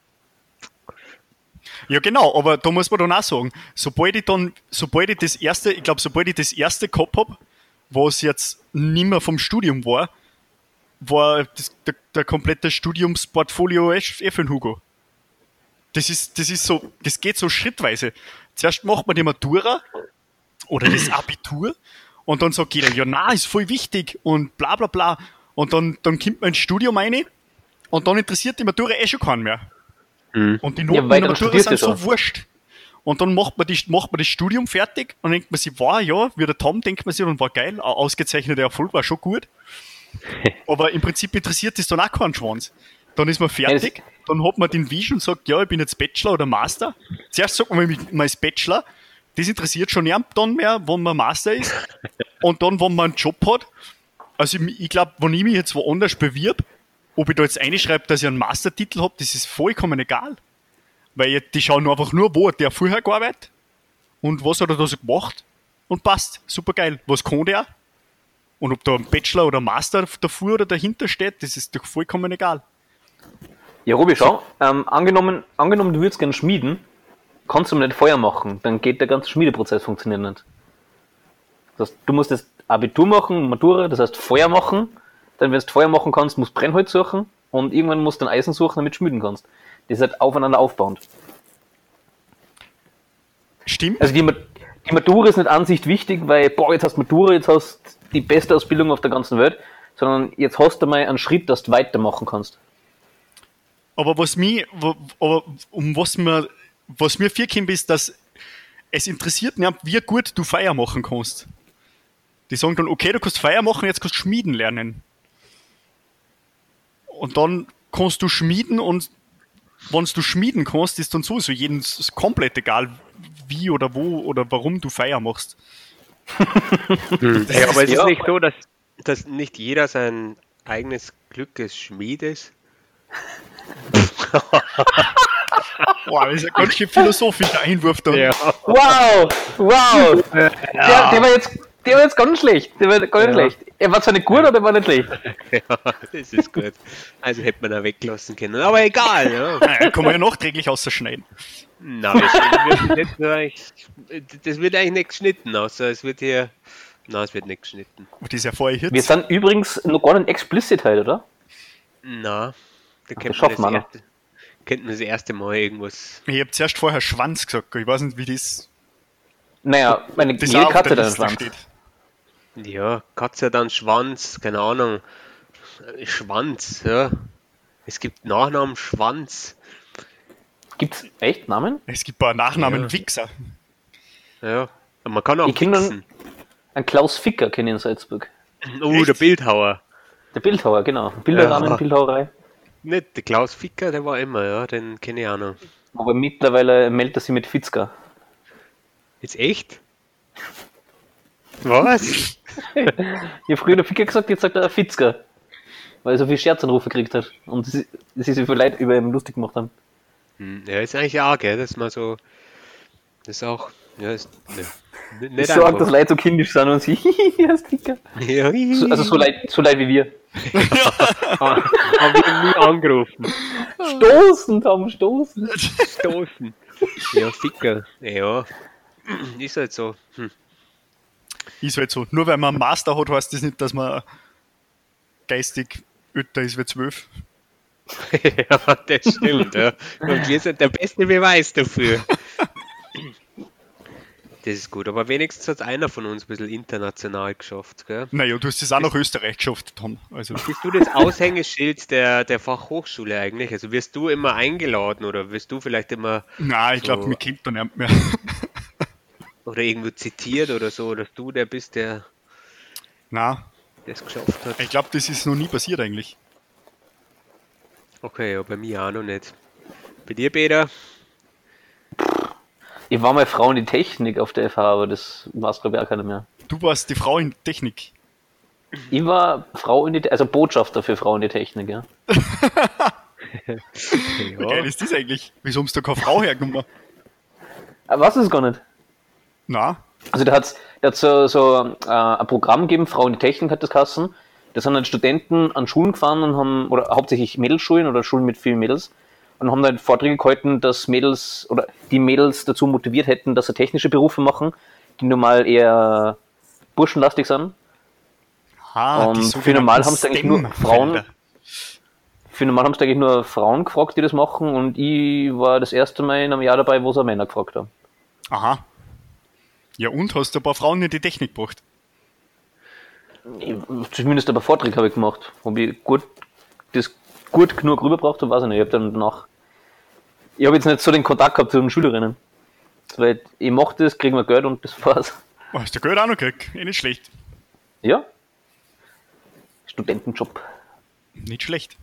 Ja, genau, aber da muss man dann auch sagen, sobald ich dann, sobald ich das erste, ich glaube, sobald ich das erste gehabt habe, was jetzt nicht mehr vom Studium war, war das, der, der komplette Studiumsportfolio eh eh für den Hugo. Das ist, das ist so, das geht so schrittweise. Zuerst macht man die Matura oder das Abitur und dann sagt jeder, ja, na, ist voll wichtig und bla bla bla. Und dann, dann kommt man ins Studium rein und dann interessiert die Matura eh schon keinen mehr. Und die Noten Ja, in weil der dann Matura studierst sind du so schon. wurscht. Und dann macht man, die, macht man das Studium fertig und denkt man sich, war ja, wie der Tom denkt man sich, dann war geil, au- ausgezeichneter Erfolg, war schon gut. Aber im Prinzip interessiert das dann auch keinen Schwanz. Dann ist man fertig, dann hat man den Vision und sagt, ja, ich bin jetzt Bachelor oder Master. Zuerst sagt man, man ist Bachelor, das interessiert schon niemand dann mehr, wenn man Master ist. Und dann, wenn man einen Job hat, also ich, ich glaube, wenn ich mich jetzt woanders bewirb, ob ich da jetzt reinschreibe, dass ich einen Mastertitel habe, das ist vollkommen egal. Weil die schauen einfach nur, wo hat der vorher gearbeitet und was hat er da so gemacht und passt, super geil. Was kann der? Und ob da ein Bachelor oder ein Master davor oder dahinter steht, das ist doch vollkommen egal. Ja, Robi, schau, ähm, angenommen, angenommen, du würdest gerne schmieden, kannst du nicht Feuer machen, dann geht der ganze Schmiedeprozess funktionieren nicht. Das heißt, du musst das Abitur machen, Matura, das heißt Feuer machen, dann wenn du Feuer machen kannst, musst du Brennholz suchen und irgendwann musst du dann Eisen suchen, damit du schmieden kannst. Das ist halt aufeinander aufbauend. Stimmt? Also die, Ma- die Matura ist nicht an sich wichtig, weil, boah, jetzt hast du Matura, jetzt hast du die beste Ausbildung auf der ganzen Welt, sondern jetzt hast du mal einen Schritt, dass du weitermachen kannst. Aber was mich, wo- aber um was mir, was mir viel kommt, ist, dass es interessiert mich, wie gut du Feuer machen kannst. Die sagen dann, okay, du kannst Feuer machen, jetzt kannst du schmieden lernen. Und dann kannst du schmieden und wenn du schmieden kannst, ist dann sowieso jedem s- komplett egal, wie oder wo oder warum du Feuer machst. Ja, aber es ist ja. nicht so, dass, dass nicht jeder sein eigenes Glückes Schmied ist. Boah, das ist ein ganz schön philosophischer Einwurf da. Ja. Wow! Wow! Der, der, war jetzt, Der war jetzt ganz schlecht. Der war gar nicht Ja. schlecht. Er war zwar nicht gut, aber er war nicht schlecht. Ja, das ist gut. Also hätte man auch weglassen können. Aber egal, ja. Naja, kann man ja nachträglich ausschneiden. Na, wir wir- nicht nur eigentlich- das wird eigentlich nicht geschnitten, außer es wird hier. Na, es wird nicht geschnitten. Und das ist ja vorher Wir Hitz. sind übrigens noch gar nicht explicit heute, oder? Na, da kennt man, schaffen das wir noch. erste, kennt man das erste Mal irgendwas. Ich habe zuerst vorher Schwanz gesagt. Ich weiß nicht, wie das, Naja, meine das jede auch auf Katze der hat einen Liste Schwanz. steht. Ja, Katze dann Schwanz, keine Ahnung. Schwanz, ja. Es gibt Nachnamen Schwanz. Gibt's echt Namen? Es gibt ein paar Nachnamen Ja. Wichser. Ja. Und man kann auch Ich kenn dann- wichsen. Ein Klaus Ficker kenne ich in Salzburg. Oh, Echt? der Bildhauer. Der Bildhauer, genau. Bilderrahmen, Ja. Bildhauerei. Nicht, der Klaus Ficker, der war immer, ja, den kenne ich auch noch. Aber mittlerweile meldet er sich mit Fitzka. Jetzt echt? Was? Ich habe früher der Ficker gesagt, jetzt sagt er Fitzka. Weil er so viel Scherzanrufe gekriegt hat. Und sie sie sich so viel Leute über ihn lustig gemacht haben. Hm, ja, ist eigentlich auch, gell, dass man so. Das ist auch. Ja, ist. Ne, nicht Ich sage, dass einfach. Leute so kindisch sind und sie, hihihi, er ist Ficker. Ja, So, also so leid, so leid wie wir. haben wir nie angerufen. Stoßen, Tom, stoßen. Stoßen. Ja, Ficker. Ja. Ist halt so. Hm. Ist halt so. Nur weil man einen Master hat, heißt das nicht, dass man geistig älter ist wie zwölf. Ja, das stimmt. Ja. Und wir sind der beste Beweis dafür. Das ist gut, aber wenigstens hat einer von uns ein bisschen international geschafft. Gell? Naja, du hast es auch nach Österreich geschafft, Tom. Also, Bist du das Aushängeschild der, der Fachhochschule eigentlich? Also wirst du immer eingeladen oder wirst du vielleicht immer nein, ich So. glaube, mir kennt da nicht mehr. oder irgendwo zitiert oder so, dass du der bist, der Nein, das geschafft hat? ich glaube, das ist noch nie passiert eigentlich. Okay, ja, bei mir auch noch nicht. Bei dir, Peter? Ich war mal Frau in die Technik auf der F H, aber das war es glaube ich auch keiner mehr. Du warst die Frau in Technik. Ich war Frau in die, also Botschafter für Frau in die Technik, ja. Wie geil ist das eigentlich? Wieso haben sie da keine Frau hergenommen? Aber was ist es gar nicht? Na, Also da hat es so, so äh, ein Programm gegeben, Frau in die Technik hat das geheißen. Da sind dann Studenten an Schulen gefahren und haben, oder hauptsächlich Mädelsschulen oder Schulen mit vielen Mädels, und haben dann Vorträge gehalten, dass Mädels oder die Mädels dazu motiviert hätten, dass sie technische Berufe machen, die normal eher burschenlastig sind. ah, Und die für sogenannten normal haben es eigentlich nur Frauen, STEM-Felder. für normal haben es eigentlich nur Frauen gefragt, die das machen, und ich war das erste Mal in einem Jahr dabei, wo sie auch Männer gefragt haben. Aha. Ja, und hast du ein paar Frauen in die Technik gebracht? Ich, zumindest ein paar Vorträge habe ich gemacht. Ob ich gut, das gut genug rübergebracht habe, weiß ich nicht. Ich habe dann danach. Ich habe jetzt nicht so den Kontakt gehabt zu den Schülerinnen. Weil ich mache das, kriegen wir Geld und das war's. Oh, hast du Geld auch noch gekriegt? Eh nicht schlecht. Ja. Studentenjob. Nicht schlecht.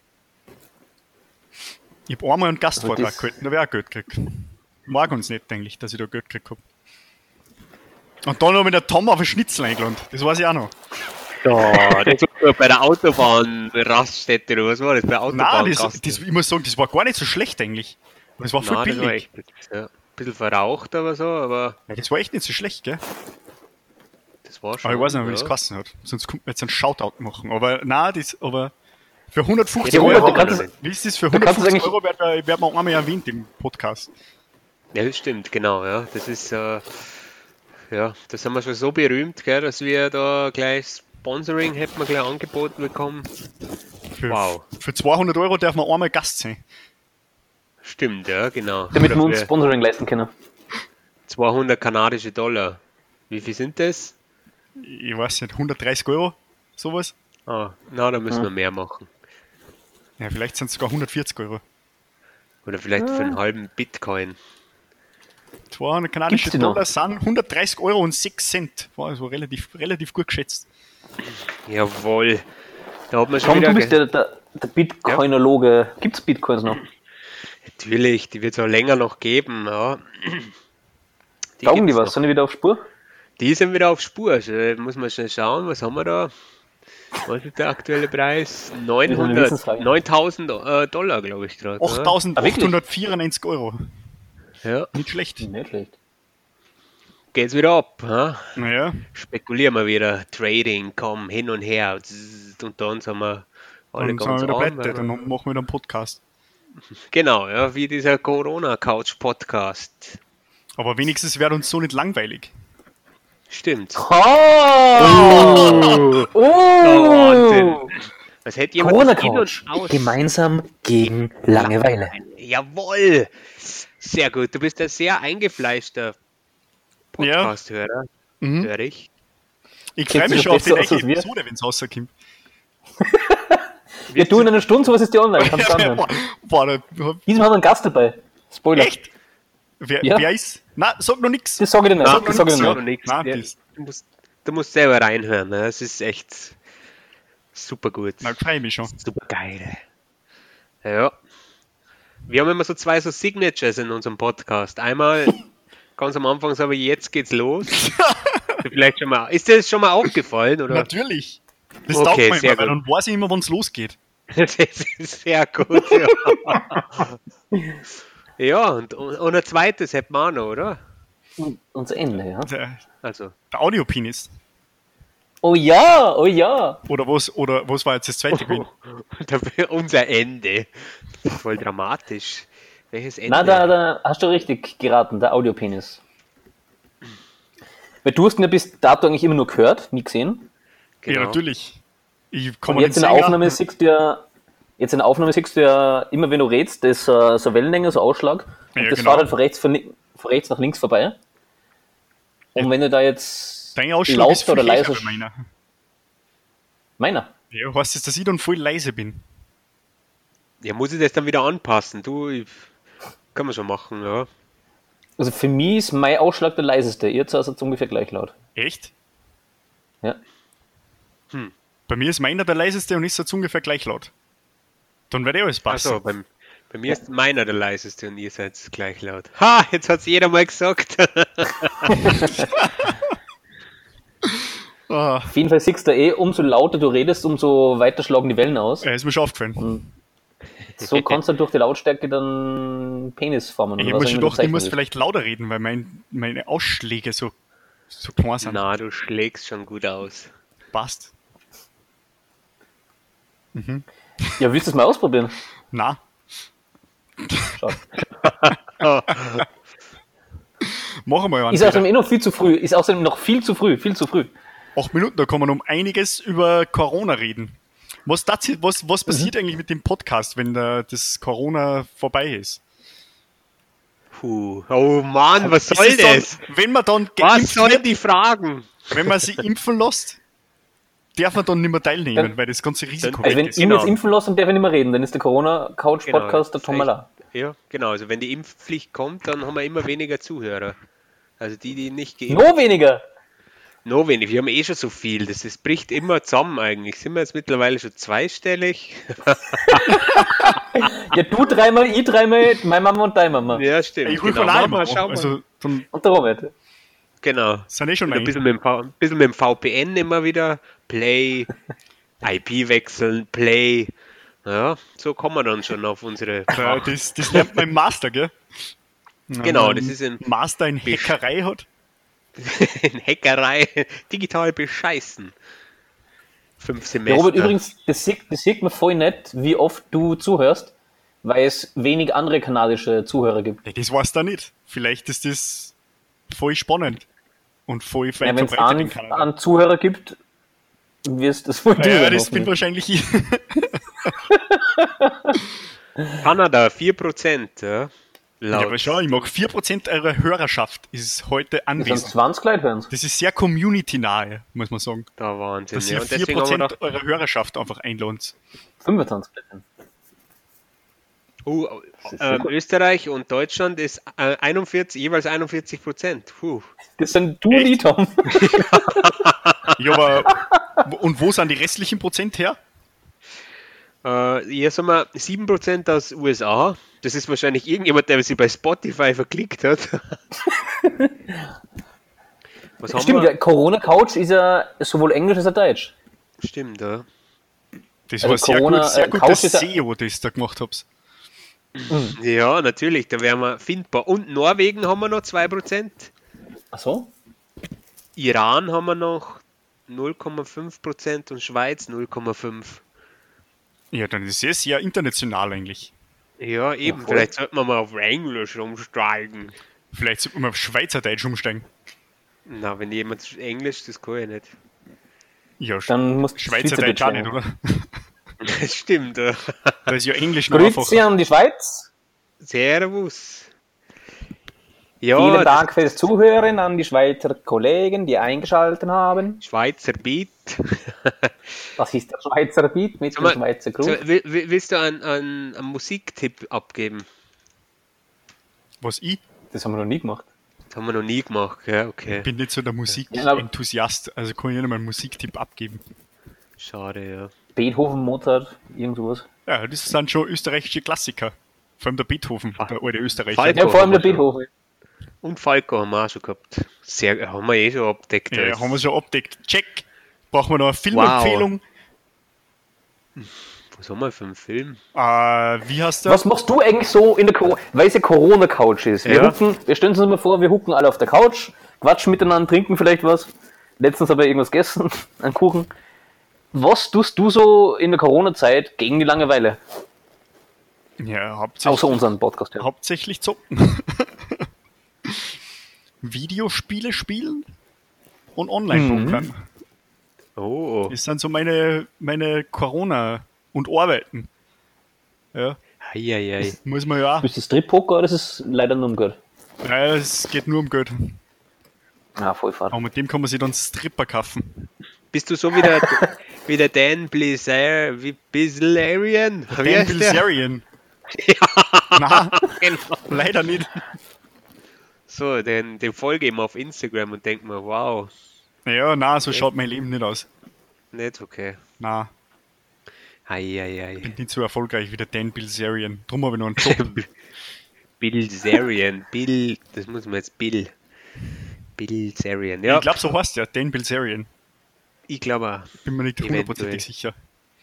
Ich habe einmal einen Gastvortrag das- gehalten, da habe ich auch Geld gekriegt. Mag uns nicht eigentlich, dass ich da Geld gekriegt habe. Und dann habe ich den Tom auf ein Schnitzel eingeladen. Das weiß ich auch noch. Ja, das war bei der Autobahnraststätte oder was war das? Bei der Nein, Autobahn das, das, ich muss sagen, das war gar nicht so schlecht eigentlich. Das war voll Nein, das war billig. echt ja, ein bisschen verraucht aber so, aber Ja, das war echt nicht so schlecht, gell? das war schon. Aber ich weiß nicht, wie ja. das geheißen hat. Sonst kommt man jetzt einen Shoutout machen. Aber nein, das, aber für hundertfünfzig Ja, Euro. du kannst es- Wie ist das? Für du kannst es hundertfünfzig eigentlich- Euro wird, man- wird man einmal erwähnt im Podcast. Ja, das stimmt, genau, ja. Das ist, äh, ja, das haben wir schon so berühmt, gell, dass wir da gleich Sponsoring hätten wir gleich angeboten bekommen. Für, Wow. für zweihundert Euro darf man einmal Gast sein. Stimmt, ja, genau. Damit Oder wir uns für Sponsoring leisten können. zweihundert kanadische Dollar. Wie viel sind das? Ich weiß nicht, hundertdreißig Euro, sowas. Ah, na, da müssen Ja. wir mehr machen. Ja, vielleicht sind es sogar hundertvierzig Euro. Oder vielleicht für einen halben Bitcoin. zweihundert kanadische Gibt's die noch? Dollar sind hundertdreißig Euro und sechs Cent. War also relativ, relativ gut geschätzt. Jawohl. Da hat man schon Tom, wieder. du bist ge- der, der, der Bitcoinologe. Gibt es Bitcoins noch? Natürlich, die wird es auch länger noch geben. Ja. Die Taugen die gibt's was? noch. Sind die wieder auf Spur? Die sind wieder auf Spur. Also, muss man schnell schauen, was haben wir da? Was ist der aktuelle Preis? eine neunhundert, Wissensfrage. neuntausend äh, Dollar, glaube ich gerade. achttausendachthundertvierundneunzig Euro. Ja. Nicht schlecht. Nicht schlecht. geht's wieder ab. Ha? Naja, Spekulieren wir wieder. Trading, komm, hin und her. Zzz, Und dann sind wir alle dann sind wir ganz wieder arm. pleite, weil wir- dann machen wir wieder einen Podcast. Genau, ja, wie dieser Corona-Couch-Podcast. Aber wenigstens wäre uns so nicht langweilig. Stimmt. Oh! Oh, Oh! Wahnsinn. Was hätte jemand Corona das in- und Couch. aus- Gemeinsam gegen Langeweile. Jawohl! Sehr gut. Du bist ein sehr eingefleischter Podcast-Hörer, Mhm. höre ich. Ich Kennst freue du mich schon schon auf die besser aus nächste als wir? Episode, wenn es rauskommt. Ja, du in einer Stunde, sowas ist die online. Kannst du anhören. boah, boah, da, Diesmal haben wir einen Gast dabei. Spoiler. echt? Wer, Ja. wer ist? Na, sag noch nix. Das sage ich dir nicht. Sag Das noch sage ich nix, dir ja. nicht. Nix. Nein, Ja, das- du, musst, du musst selber reinhören. Ne? Es ist echt super gut. Na, freue mich schon. Super geil. Ja. Wir haben immer so zwei so Signatures in unserem Podcast. Einmal ganz am Anfang sagen wir, jetzt geht's los. Vielleicht schon mal. Ist dir das schon mal aufgefallen? Oder? Natürlich. Das Okay, taugt mir sehr immer, weil gut. dann weiß ich immer, wann es losgeht. Das ist sehr gut. Ja, ja und, und ein zweites hätten wir auch noch, oder? Unser Ende, ja. Der, Also, der Audiopenis. Oh ja, oh ja. Oder was, oder was war jetzt das zweite gewesen? dafür unser Ende. Voll dramatisch. Welches Ende? Na, da, da hast du richtig geraten, der Audiopenis. Weil du hast ihn ja bis dato eigentlich immer nur gehört, nie gesehen. Genau. Ja, natürlich. Ich komme Und jetzt in der Aufnahme siehst du ja, jetzt in der Aufnahme siehst du ja immer, wenn du redest, das ist so so eine Wellenlänge, so ein Ausschlag. Und Ja, das genau. fährt halt von rechts, von, li- von rechts nach links vorbei. Und wenn du da jetzt Dein Ausschlag laut ist viel oder leise... leiser meiner. Meiner? Ja, heißt das, dass ich dann voll leise bin? Ja, muss ich das dann wieder anpassen? Du, ich, kann man schon machen, ja. Also für mich ist mein Ausschlag der leiseste. Ihr seid jetzt ungefähr gleich laut. Echt? Ja. Bei mir ist meiner der leiseste und ist jetzt ungefähr gleich laut. Dann wird eh alles passen. Achso, beim, bei mir ist meiner der leiseste und ihr seid gleich laut. Ha, jetzt hat's jeder mal gesagt. Ah, Auf jeden Fall siehst du eh, umso lauter du redest, umso weiter schlagen die Wellen aus. ja, ist mir schon aufgefallen. So kannst du durch die Lautstärke dann Penis formen. Ich oder habe was mir schon auch immer du gedacht, ich zeichnen muss willst. vielleicht lauter reden, weil mein, meine Ausschläge so, so klein sind. Na, du schlägst schon gut aus. Passt. Ja, willst du es mal ausprobieren? Na, Schau. machen wir ja Ist außerdem eh noch viel zu früh. Ist außerdem noch viel zu früh. Viel zu früh. Acht Minuten, da kann man um einiges über Corona reden. Was, das, was, was passiert eigentlich mit dem Podcast, wenn da das Corona vorbei ist? Puh. Oh Mann, was Ist soll es dann, das? wenn man dann Was geimpft sollen wird, die Fragen? wenn man sich impfen lässt, darf man dann nicht mehr teilnehmen, Dann- weil das ganze Risiko Also wenn weg ich ist. mich genau. jetzt impfen lasse, dann darf ich nicht mehr reden. Dann ist der Corona-Couch-Podcast der Tom Echt? Maller. Ja, genau. Also wenn die Impfpflicht kommt, dann haben wir immer weniger Zuhörer. Also die, die nicht geimpft No weniger. No wenig, wir haben eh schon so viel. Das, das bricht immer zusammen eigentlich. Sind wir jetzt mittlerweile schon zweistellig? Ja, du dreimal, ich dreimal, meine Mama und deine Mama. Ja, stimmt. Ich hol genau. von allem. Mal, schau mal. Also, dann Und der Robert. Genau. sind eh schon Und ein ein. bisschen mit, dem v ein bisschen mit dem V P N immer wieder. Play, I P wechseln, Play. Ja, so kommen wir dann schon auf unsere Ja, das, das lernt man im Master, gell? Genau, Wenn man das ist ein- Master in Hackerei hat. in Hackerei digital bescheißen. Fünf Der Semester. Robert, übrigens, das sieht, das sieht man voll nett, wie oft du zuhörst, weil es wenig andere kanadische Zuhörer gibt. Ja, das weiß da nicht. Vielleicht ist das voll spannend und voll weit Ja, wenn es verbreitet in einen, Kanada. einen Zuhörer gibt, wirst du das wohl Ja, du ja, sein, das bin hoffentlich. wahrscheinlich ich. Kanada, vier Prozent. Ja, Ja, aber laut. schau, ich mag vier Prozent eurer Hörerschaft ist heute Das sind anwesend. zwanzig Leute hören. Das ist sehr community-nahe, muss man sagen. Da Wahnsinn. Dass Ja, ihr und vier deswegen haben wir Prozent gedacht, eurer Hörerschaft einfach einlohnt. fünfundzwanzig Leute. uh, ist ähm, super. Österreich und Deutschland ist äh, einundvierzig, jeweils einundvierzig Prozent. Puh. Das sind du und ich, Tom. Ja, aber und wo sind die restlichen Prozent her? Äh, hier sind wir sieben Prozent aus U S A. Das ist wahrscheinlich irgendjemand, der sich bei Spotify verklickt hat. Was haben Stimmt, wir? der Corona-Couch ist ja sowohl Englisch als auch Deutsch. Stimmt, ja. Das Also war sehr Corona, gut, sehr äh, gut Couch das ist ja- S E O, das ihr da gemacht habt. Ja, natürlich, da wären wir findbar. Und Norwegen haben wir noch zwei Prozent. Ach so? Iran haben wir noch null Komma fünf Prozent und Schweiz null Komma fünf. Ja, dann ist es ja international eigentlich. Ja, eben. Ja, vielleicht sollten wir mal auf Englisch umsteigen. Vielleicht sollten wir mal auf Schweizerdeutsch umsteigen. Na, wenn jemand Englisch, das kann ich nicht. Ja, dann muss Schweizerdeutsch auch nicht, oder? Das stimmt, ja. Da ist ja Englisch noch einfacher. Grüezi an die Schweiz. Servus. Ja, vielen Dank fürs Zuhören an die Schweizer Kollegen, die eingeschaltet haben. Schweizer Beat. Das ist der Schweizer Beat mit dem Schweizer Groove. So, willst du einen, einen, einen Musiktipp abgeben? Was, ich? Das haben wir noch nie gemacht. Das haben wir noch nie gemacht, ja, okay. Ich bin nicht so der Musikenthusiast, also kann ich nicht mal einen Musiktipp abgeben. Schade, ja. Beethoven, Mozart, irgend sowas. Ja, das sind schon österreichische Klassiker. Vor allem der Beethoven, Falco. der alte Österreicher. Falco ja, vor allem der Beethoven. Und Falco haben wir auch schon gehabt. Sehr, haben wir eh schon abdeckt. Ja, haben wir schon abdeckt. Check. Brauchen wir noch eine Filmempfehlung? Wow. Was haben wir für einen Film? Äh, wie heißt der? Was machst du eigentlich so in der Corona, weil es ja Corona-Couch ist? Wir, ja. hucken, wir stellen uns mal vor, wir hucken alle auf der Couch, quatschen miteinander, trinken vielleicht was. Letztens habe ich irgendwas gegessen, einen Kuchen. Was tust du so in der Corona-Zeit gegen die Langeweile? Ja, hauptsächlich. Außer unseren Podcast, ja. Hauptsächlich zocken. Videospiele spielen und Online-Pokern. Mhm. Oh. Das sind so meine, meine Corona- und Arbeiten. Ja. Eieiei. Muss man ja auch. Ist das Strip-Poker oder ist es leider nur um Geld? Ja, es geht nur um Geld. Ja, voll fad. Aber mit dem kann man sich dann Stripper kaufen. Bist du so wie der, wie der Dan Blizzard, wie Blizzarian? Dan Blizzarian? Ja. Nein, Genau. leider nicht. So, den, den folge ich ihm auf Instagram und denke mir, wow. Ja, na, so schaut mein Leben nicht aus. Nicht okay. Na. Eieiei. Ich bin nicht so erfolgreich wie der Dan Blizzarian. Drum habe ich noch einen Job. Blizzarian. Bill, das muss man jetzt Bill. Blizzarian, ja. Ich glaube, so heißt der, Dan Blizzarian. Ich glaube auch. Bin mir nicht hundertprozentig sicher.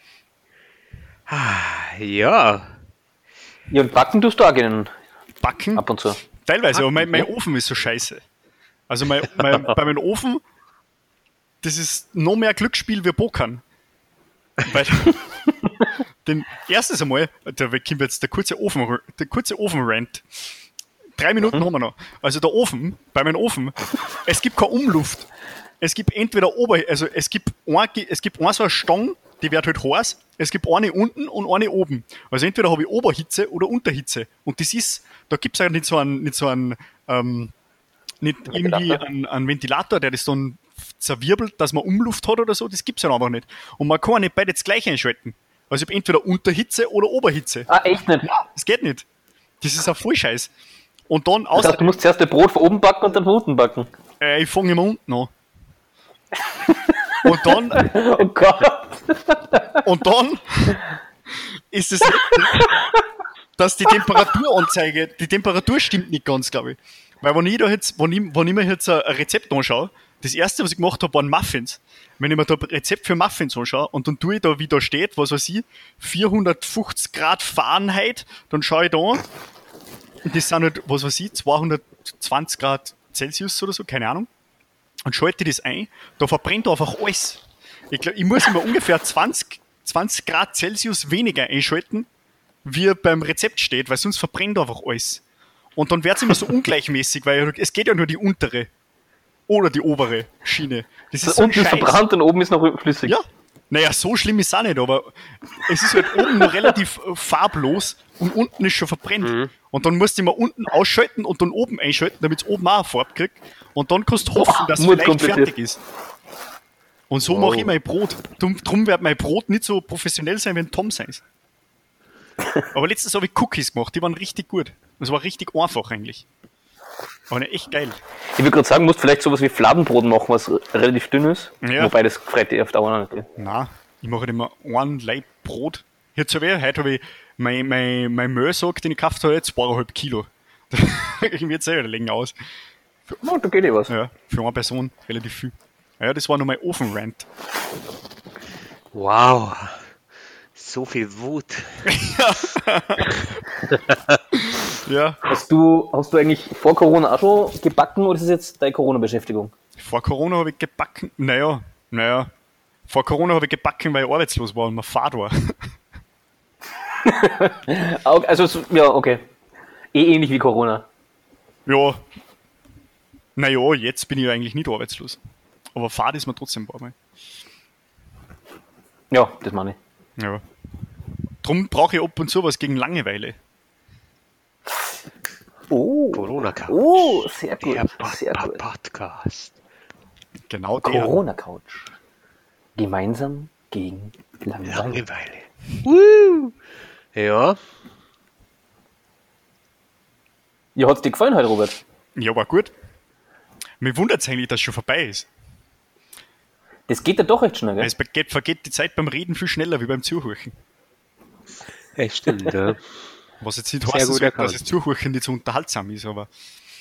Ja. Ja, und backen tust du auch gerne. Backen? Ab und zu. Teilweise, aber mein, mein Ofen ist so scheiße. Also mein, mein, bei meinem Ofen, das ist noch mehr Glücksspiel wie Pokern. Weil, denn erstens einmal, da kommt jetzt der kurze Ofen, der kurze Ofen-Rant. Drei Minuten haben wir noch. Also der Ofen, bei meinem Ofen, es gibt keine Umluft. Es gibt entweder ober, also es gibt ein, es gibt eine so eine Stange, die wird halt heiß. Es gibt eine unten und eine oben. Also entweder habe ich Oberhitze oder Unterhitze. Und das ist, da gibt es ja nicht so einen, nicht so einen, ähm, nicht irgendwie einen, einen Ventilator, der das dann zerwirbelt, dass man Umluft hat oder so. Das gibt es ja einfach nicht. Und man kann nicht beide das gleiche einschalten. Also ich habe entweder Unterhitze oder Oberhitze. Ah, echt nicht? Ja, das geht nicht. Das ist ein Vollscheiß. Und dann Das außer, heißt, du musst zuerst das Brot von oben backen und dann von unten backen. äh, ich fange immer unten an. Und dann, Oh Gott. und dann ist es, dass die Temperaturanzeige, die Temperatur stimmt nicht ganz, glaube ich. Weil wenn ich da jetzt, wenn ich, wenn ich mir jetzt ein Rezept anschaue, das erste, was ich gemacht habe, waren Muffins. Wenn ich mir da ein Rezept für Muffins anschaue und dann tue ich da, wie da steht, was weiß ich, vierhundertfünfzig Grad Fahrenheit, dann schaue ich da an, und das sind halt, was weiß ich, zweihundertzwanzig Grad Celsius oder so, keine Ahnung. Und schalte das ein, da verbrennt einfach alles. Ich, glaub, ich muss immer ungefähr zwanzig, zwanzig Grad Celsius weniger einschalten, wie beim Rezept steht, weil sonst verbrennt einfach alles. Und dann wird es immer so ungleichmäßig, weil es geht ja nur die untere oder die obere Schiene. Das ist so unten ist verbrannt und oben ist noch flüssig. Ja. Naja, so schlimm ist es auch nicht, aber es ist halt oben noch relativ farblos und unten ist schon verbrennt. Mhm. Und dann musst du immer unten ausschalten und dann oben einschalten, damit es oben auch eine Farbe kriegt. Und dann kannst du hoffen, dass es vielleicht fertig ist. Und so wow. mache ich mein Brot. Drum, drum wird mein Brot nicht so professionell sein, wenn Tom sein ist. Aber letztens habe ich Cookies gemacht, die waren richtig gut. Das war richtig einfach eigentlich. Aber echt geil. Ich würde gerade sagen, du musst vielleicht sowas wie Fladenbrot machen, was relativ dünn ist. Ja. Wobei das freut dich auf Dauer nicht. Nein, ich mache halt immer ein Laib Brot. Jetzt habe ich, heute habe ich mein, mein, mein Möhrsack, den ich gekauft habe, zweieinhalb Kilo. Ich mir jetzt selber länger aus. Für, oh, da geht eh was. Ja, für eine Person relativ viel. Ja, das war noch mein Ofen-Rant. Wow. So viel Wut. Ja. Hast du, hast du eigentlich vor Corona auch schon gebacken oder ist es jetzt deine Corona-Beschäftigung? Vor Corona habe ich gebacken. Naja, naja. Vor Corona habe ich gebacken, weil ich arbeitslos war und mir Fahrt war. Also, es- ja, okay. Eh ähnlich wie Corona. Ja. Naja, jetzt bin ich eigentlich nicht arbeitslos. Aber Fahrt ist mir trotzdem ein paar Mal. Ja, das meine ich. Ja. Drum brauche ich ab und zu was gegen Langeweile. Oh, Corona-Couch. oh, sehr gut, Der Pod- sehr Pod- gut. Podcast. Genau der. Corona-Couch. Gemeinsam gegen Langeweile. Langeweile. Woo. Ja, Ja, hat's dir gefallen heute, Robert? Ja, war gut. Mir wundert es eigentlich, dass es schon vorbei ist. Das geht ja doch recht schnell, gell? Es geht, vergeht die Zeit beim Reden viel schneller wie beim Zuhören. echt stimmt. Ja. Was jetzt nicht Sehr heißt, gut dass, erkannt. dass das Zuhören nicht so unterhaltsam ist, aber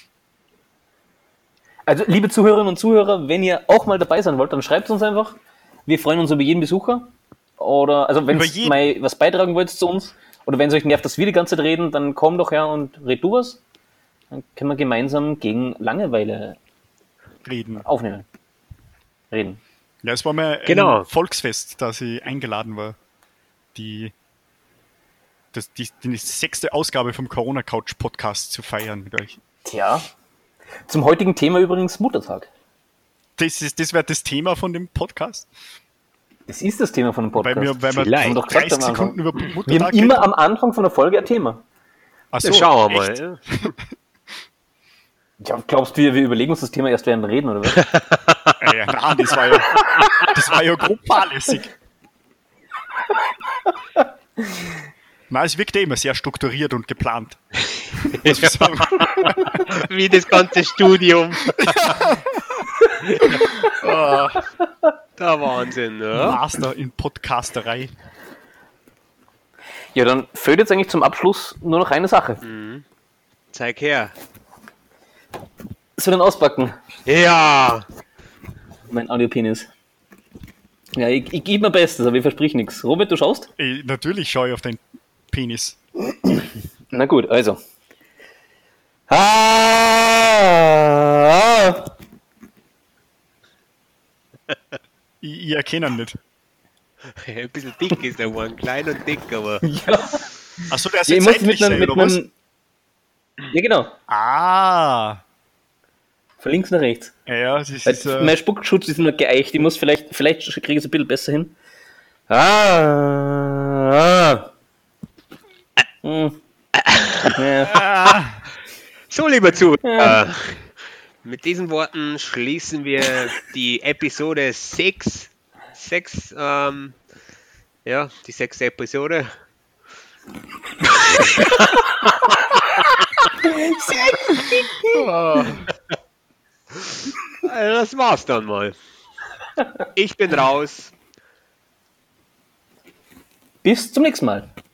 Also, liebe Zuhörerinnen und Zuhörer, wenn ihr auch mal dabei sein wollt, dann schreibt uns einfach. Wir freuen uns über jeden Besucher. Oder, also, wenn Über ihr jeden. mal was beitragen wollt zu uns, oder wenn es euch nervt, dass wir die ganze Zeit reden, dann komm doch her und red du was. Dann können wir gemeinsam gegen Langeweile reden. aufnehmen. Reden. Ja, es war mir Genau. ein Volksfest, dass ich eingeladen war. Die, das, die, die sechste Ausgabe vom Corona-Couch-Podcast zu feiern mit euch. Tja. Zum heutigen Thema übrigens Muttertag. Das, ist- das wäre das Thema von dem Podcast. Das ist das Thema von dem Weil Podcast. wir, weil wir Vielleicht. Haben wir doch gesagt dreißig am Anfang. Sekunden über Wir Muttertag haben immer reden. am Anfang von der Folge ein Thema. Ach so, Schauen wir echt? mal. Ja, glaubst du, wir überlegen uns das Thema erst während Reden, oder was? Ja, ja, nein, das war ja, das war ja grob fahrlässig. Nein, es wirkte immer sehr strukturiert und geplant. Muss ich sagen. Wie das ganze Studium. oh, der Wahnsinn, ja. Master in Podcasterei. Ja, dann fehlt jetzt eigentlich zum Abschluss nur noch eine Sache. Zeig her. Soll ich den auspacken? Ja. Mein Audiopenis. Ja, ich, ich gebe mein Bestes, aber ich versprich nichts. Robert, du schaust? Ey, natürlich schaue ich auf deinen Penis. Na gut, also. Ah! Ich, ich erkenne ihn nicht. Ein bisschen dick ist der One, klein und dick, aber. Ja, Achso, der ist ja ich jetzt muss seitlich mit einem. sein, Mit oder was? einem ja, genau. Ah, Von links nach rechts. ja, ja, das Weil ist, äh, mein Spuckschutz ist nur geeicht. Ich muss vielleicht, vielleicht kriege ich es ein bisschen besser hin. Ah! ah. Hm. Ja. So, lieber Zuhörer. Mit diesen Worten schließen wir die Episode sechs. sechs, ähm, ja, die sechste Episode. Oh. Also das war's dann mal. Ich bin raus. Bis zum nächsten Mal.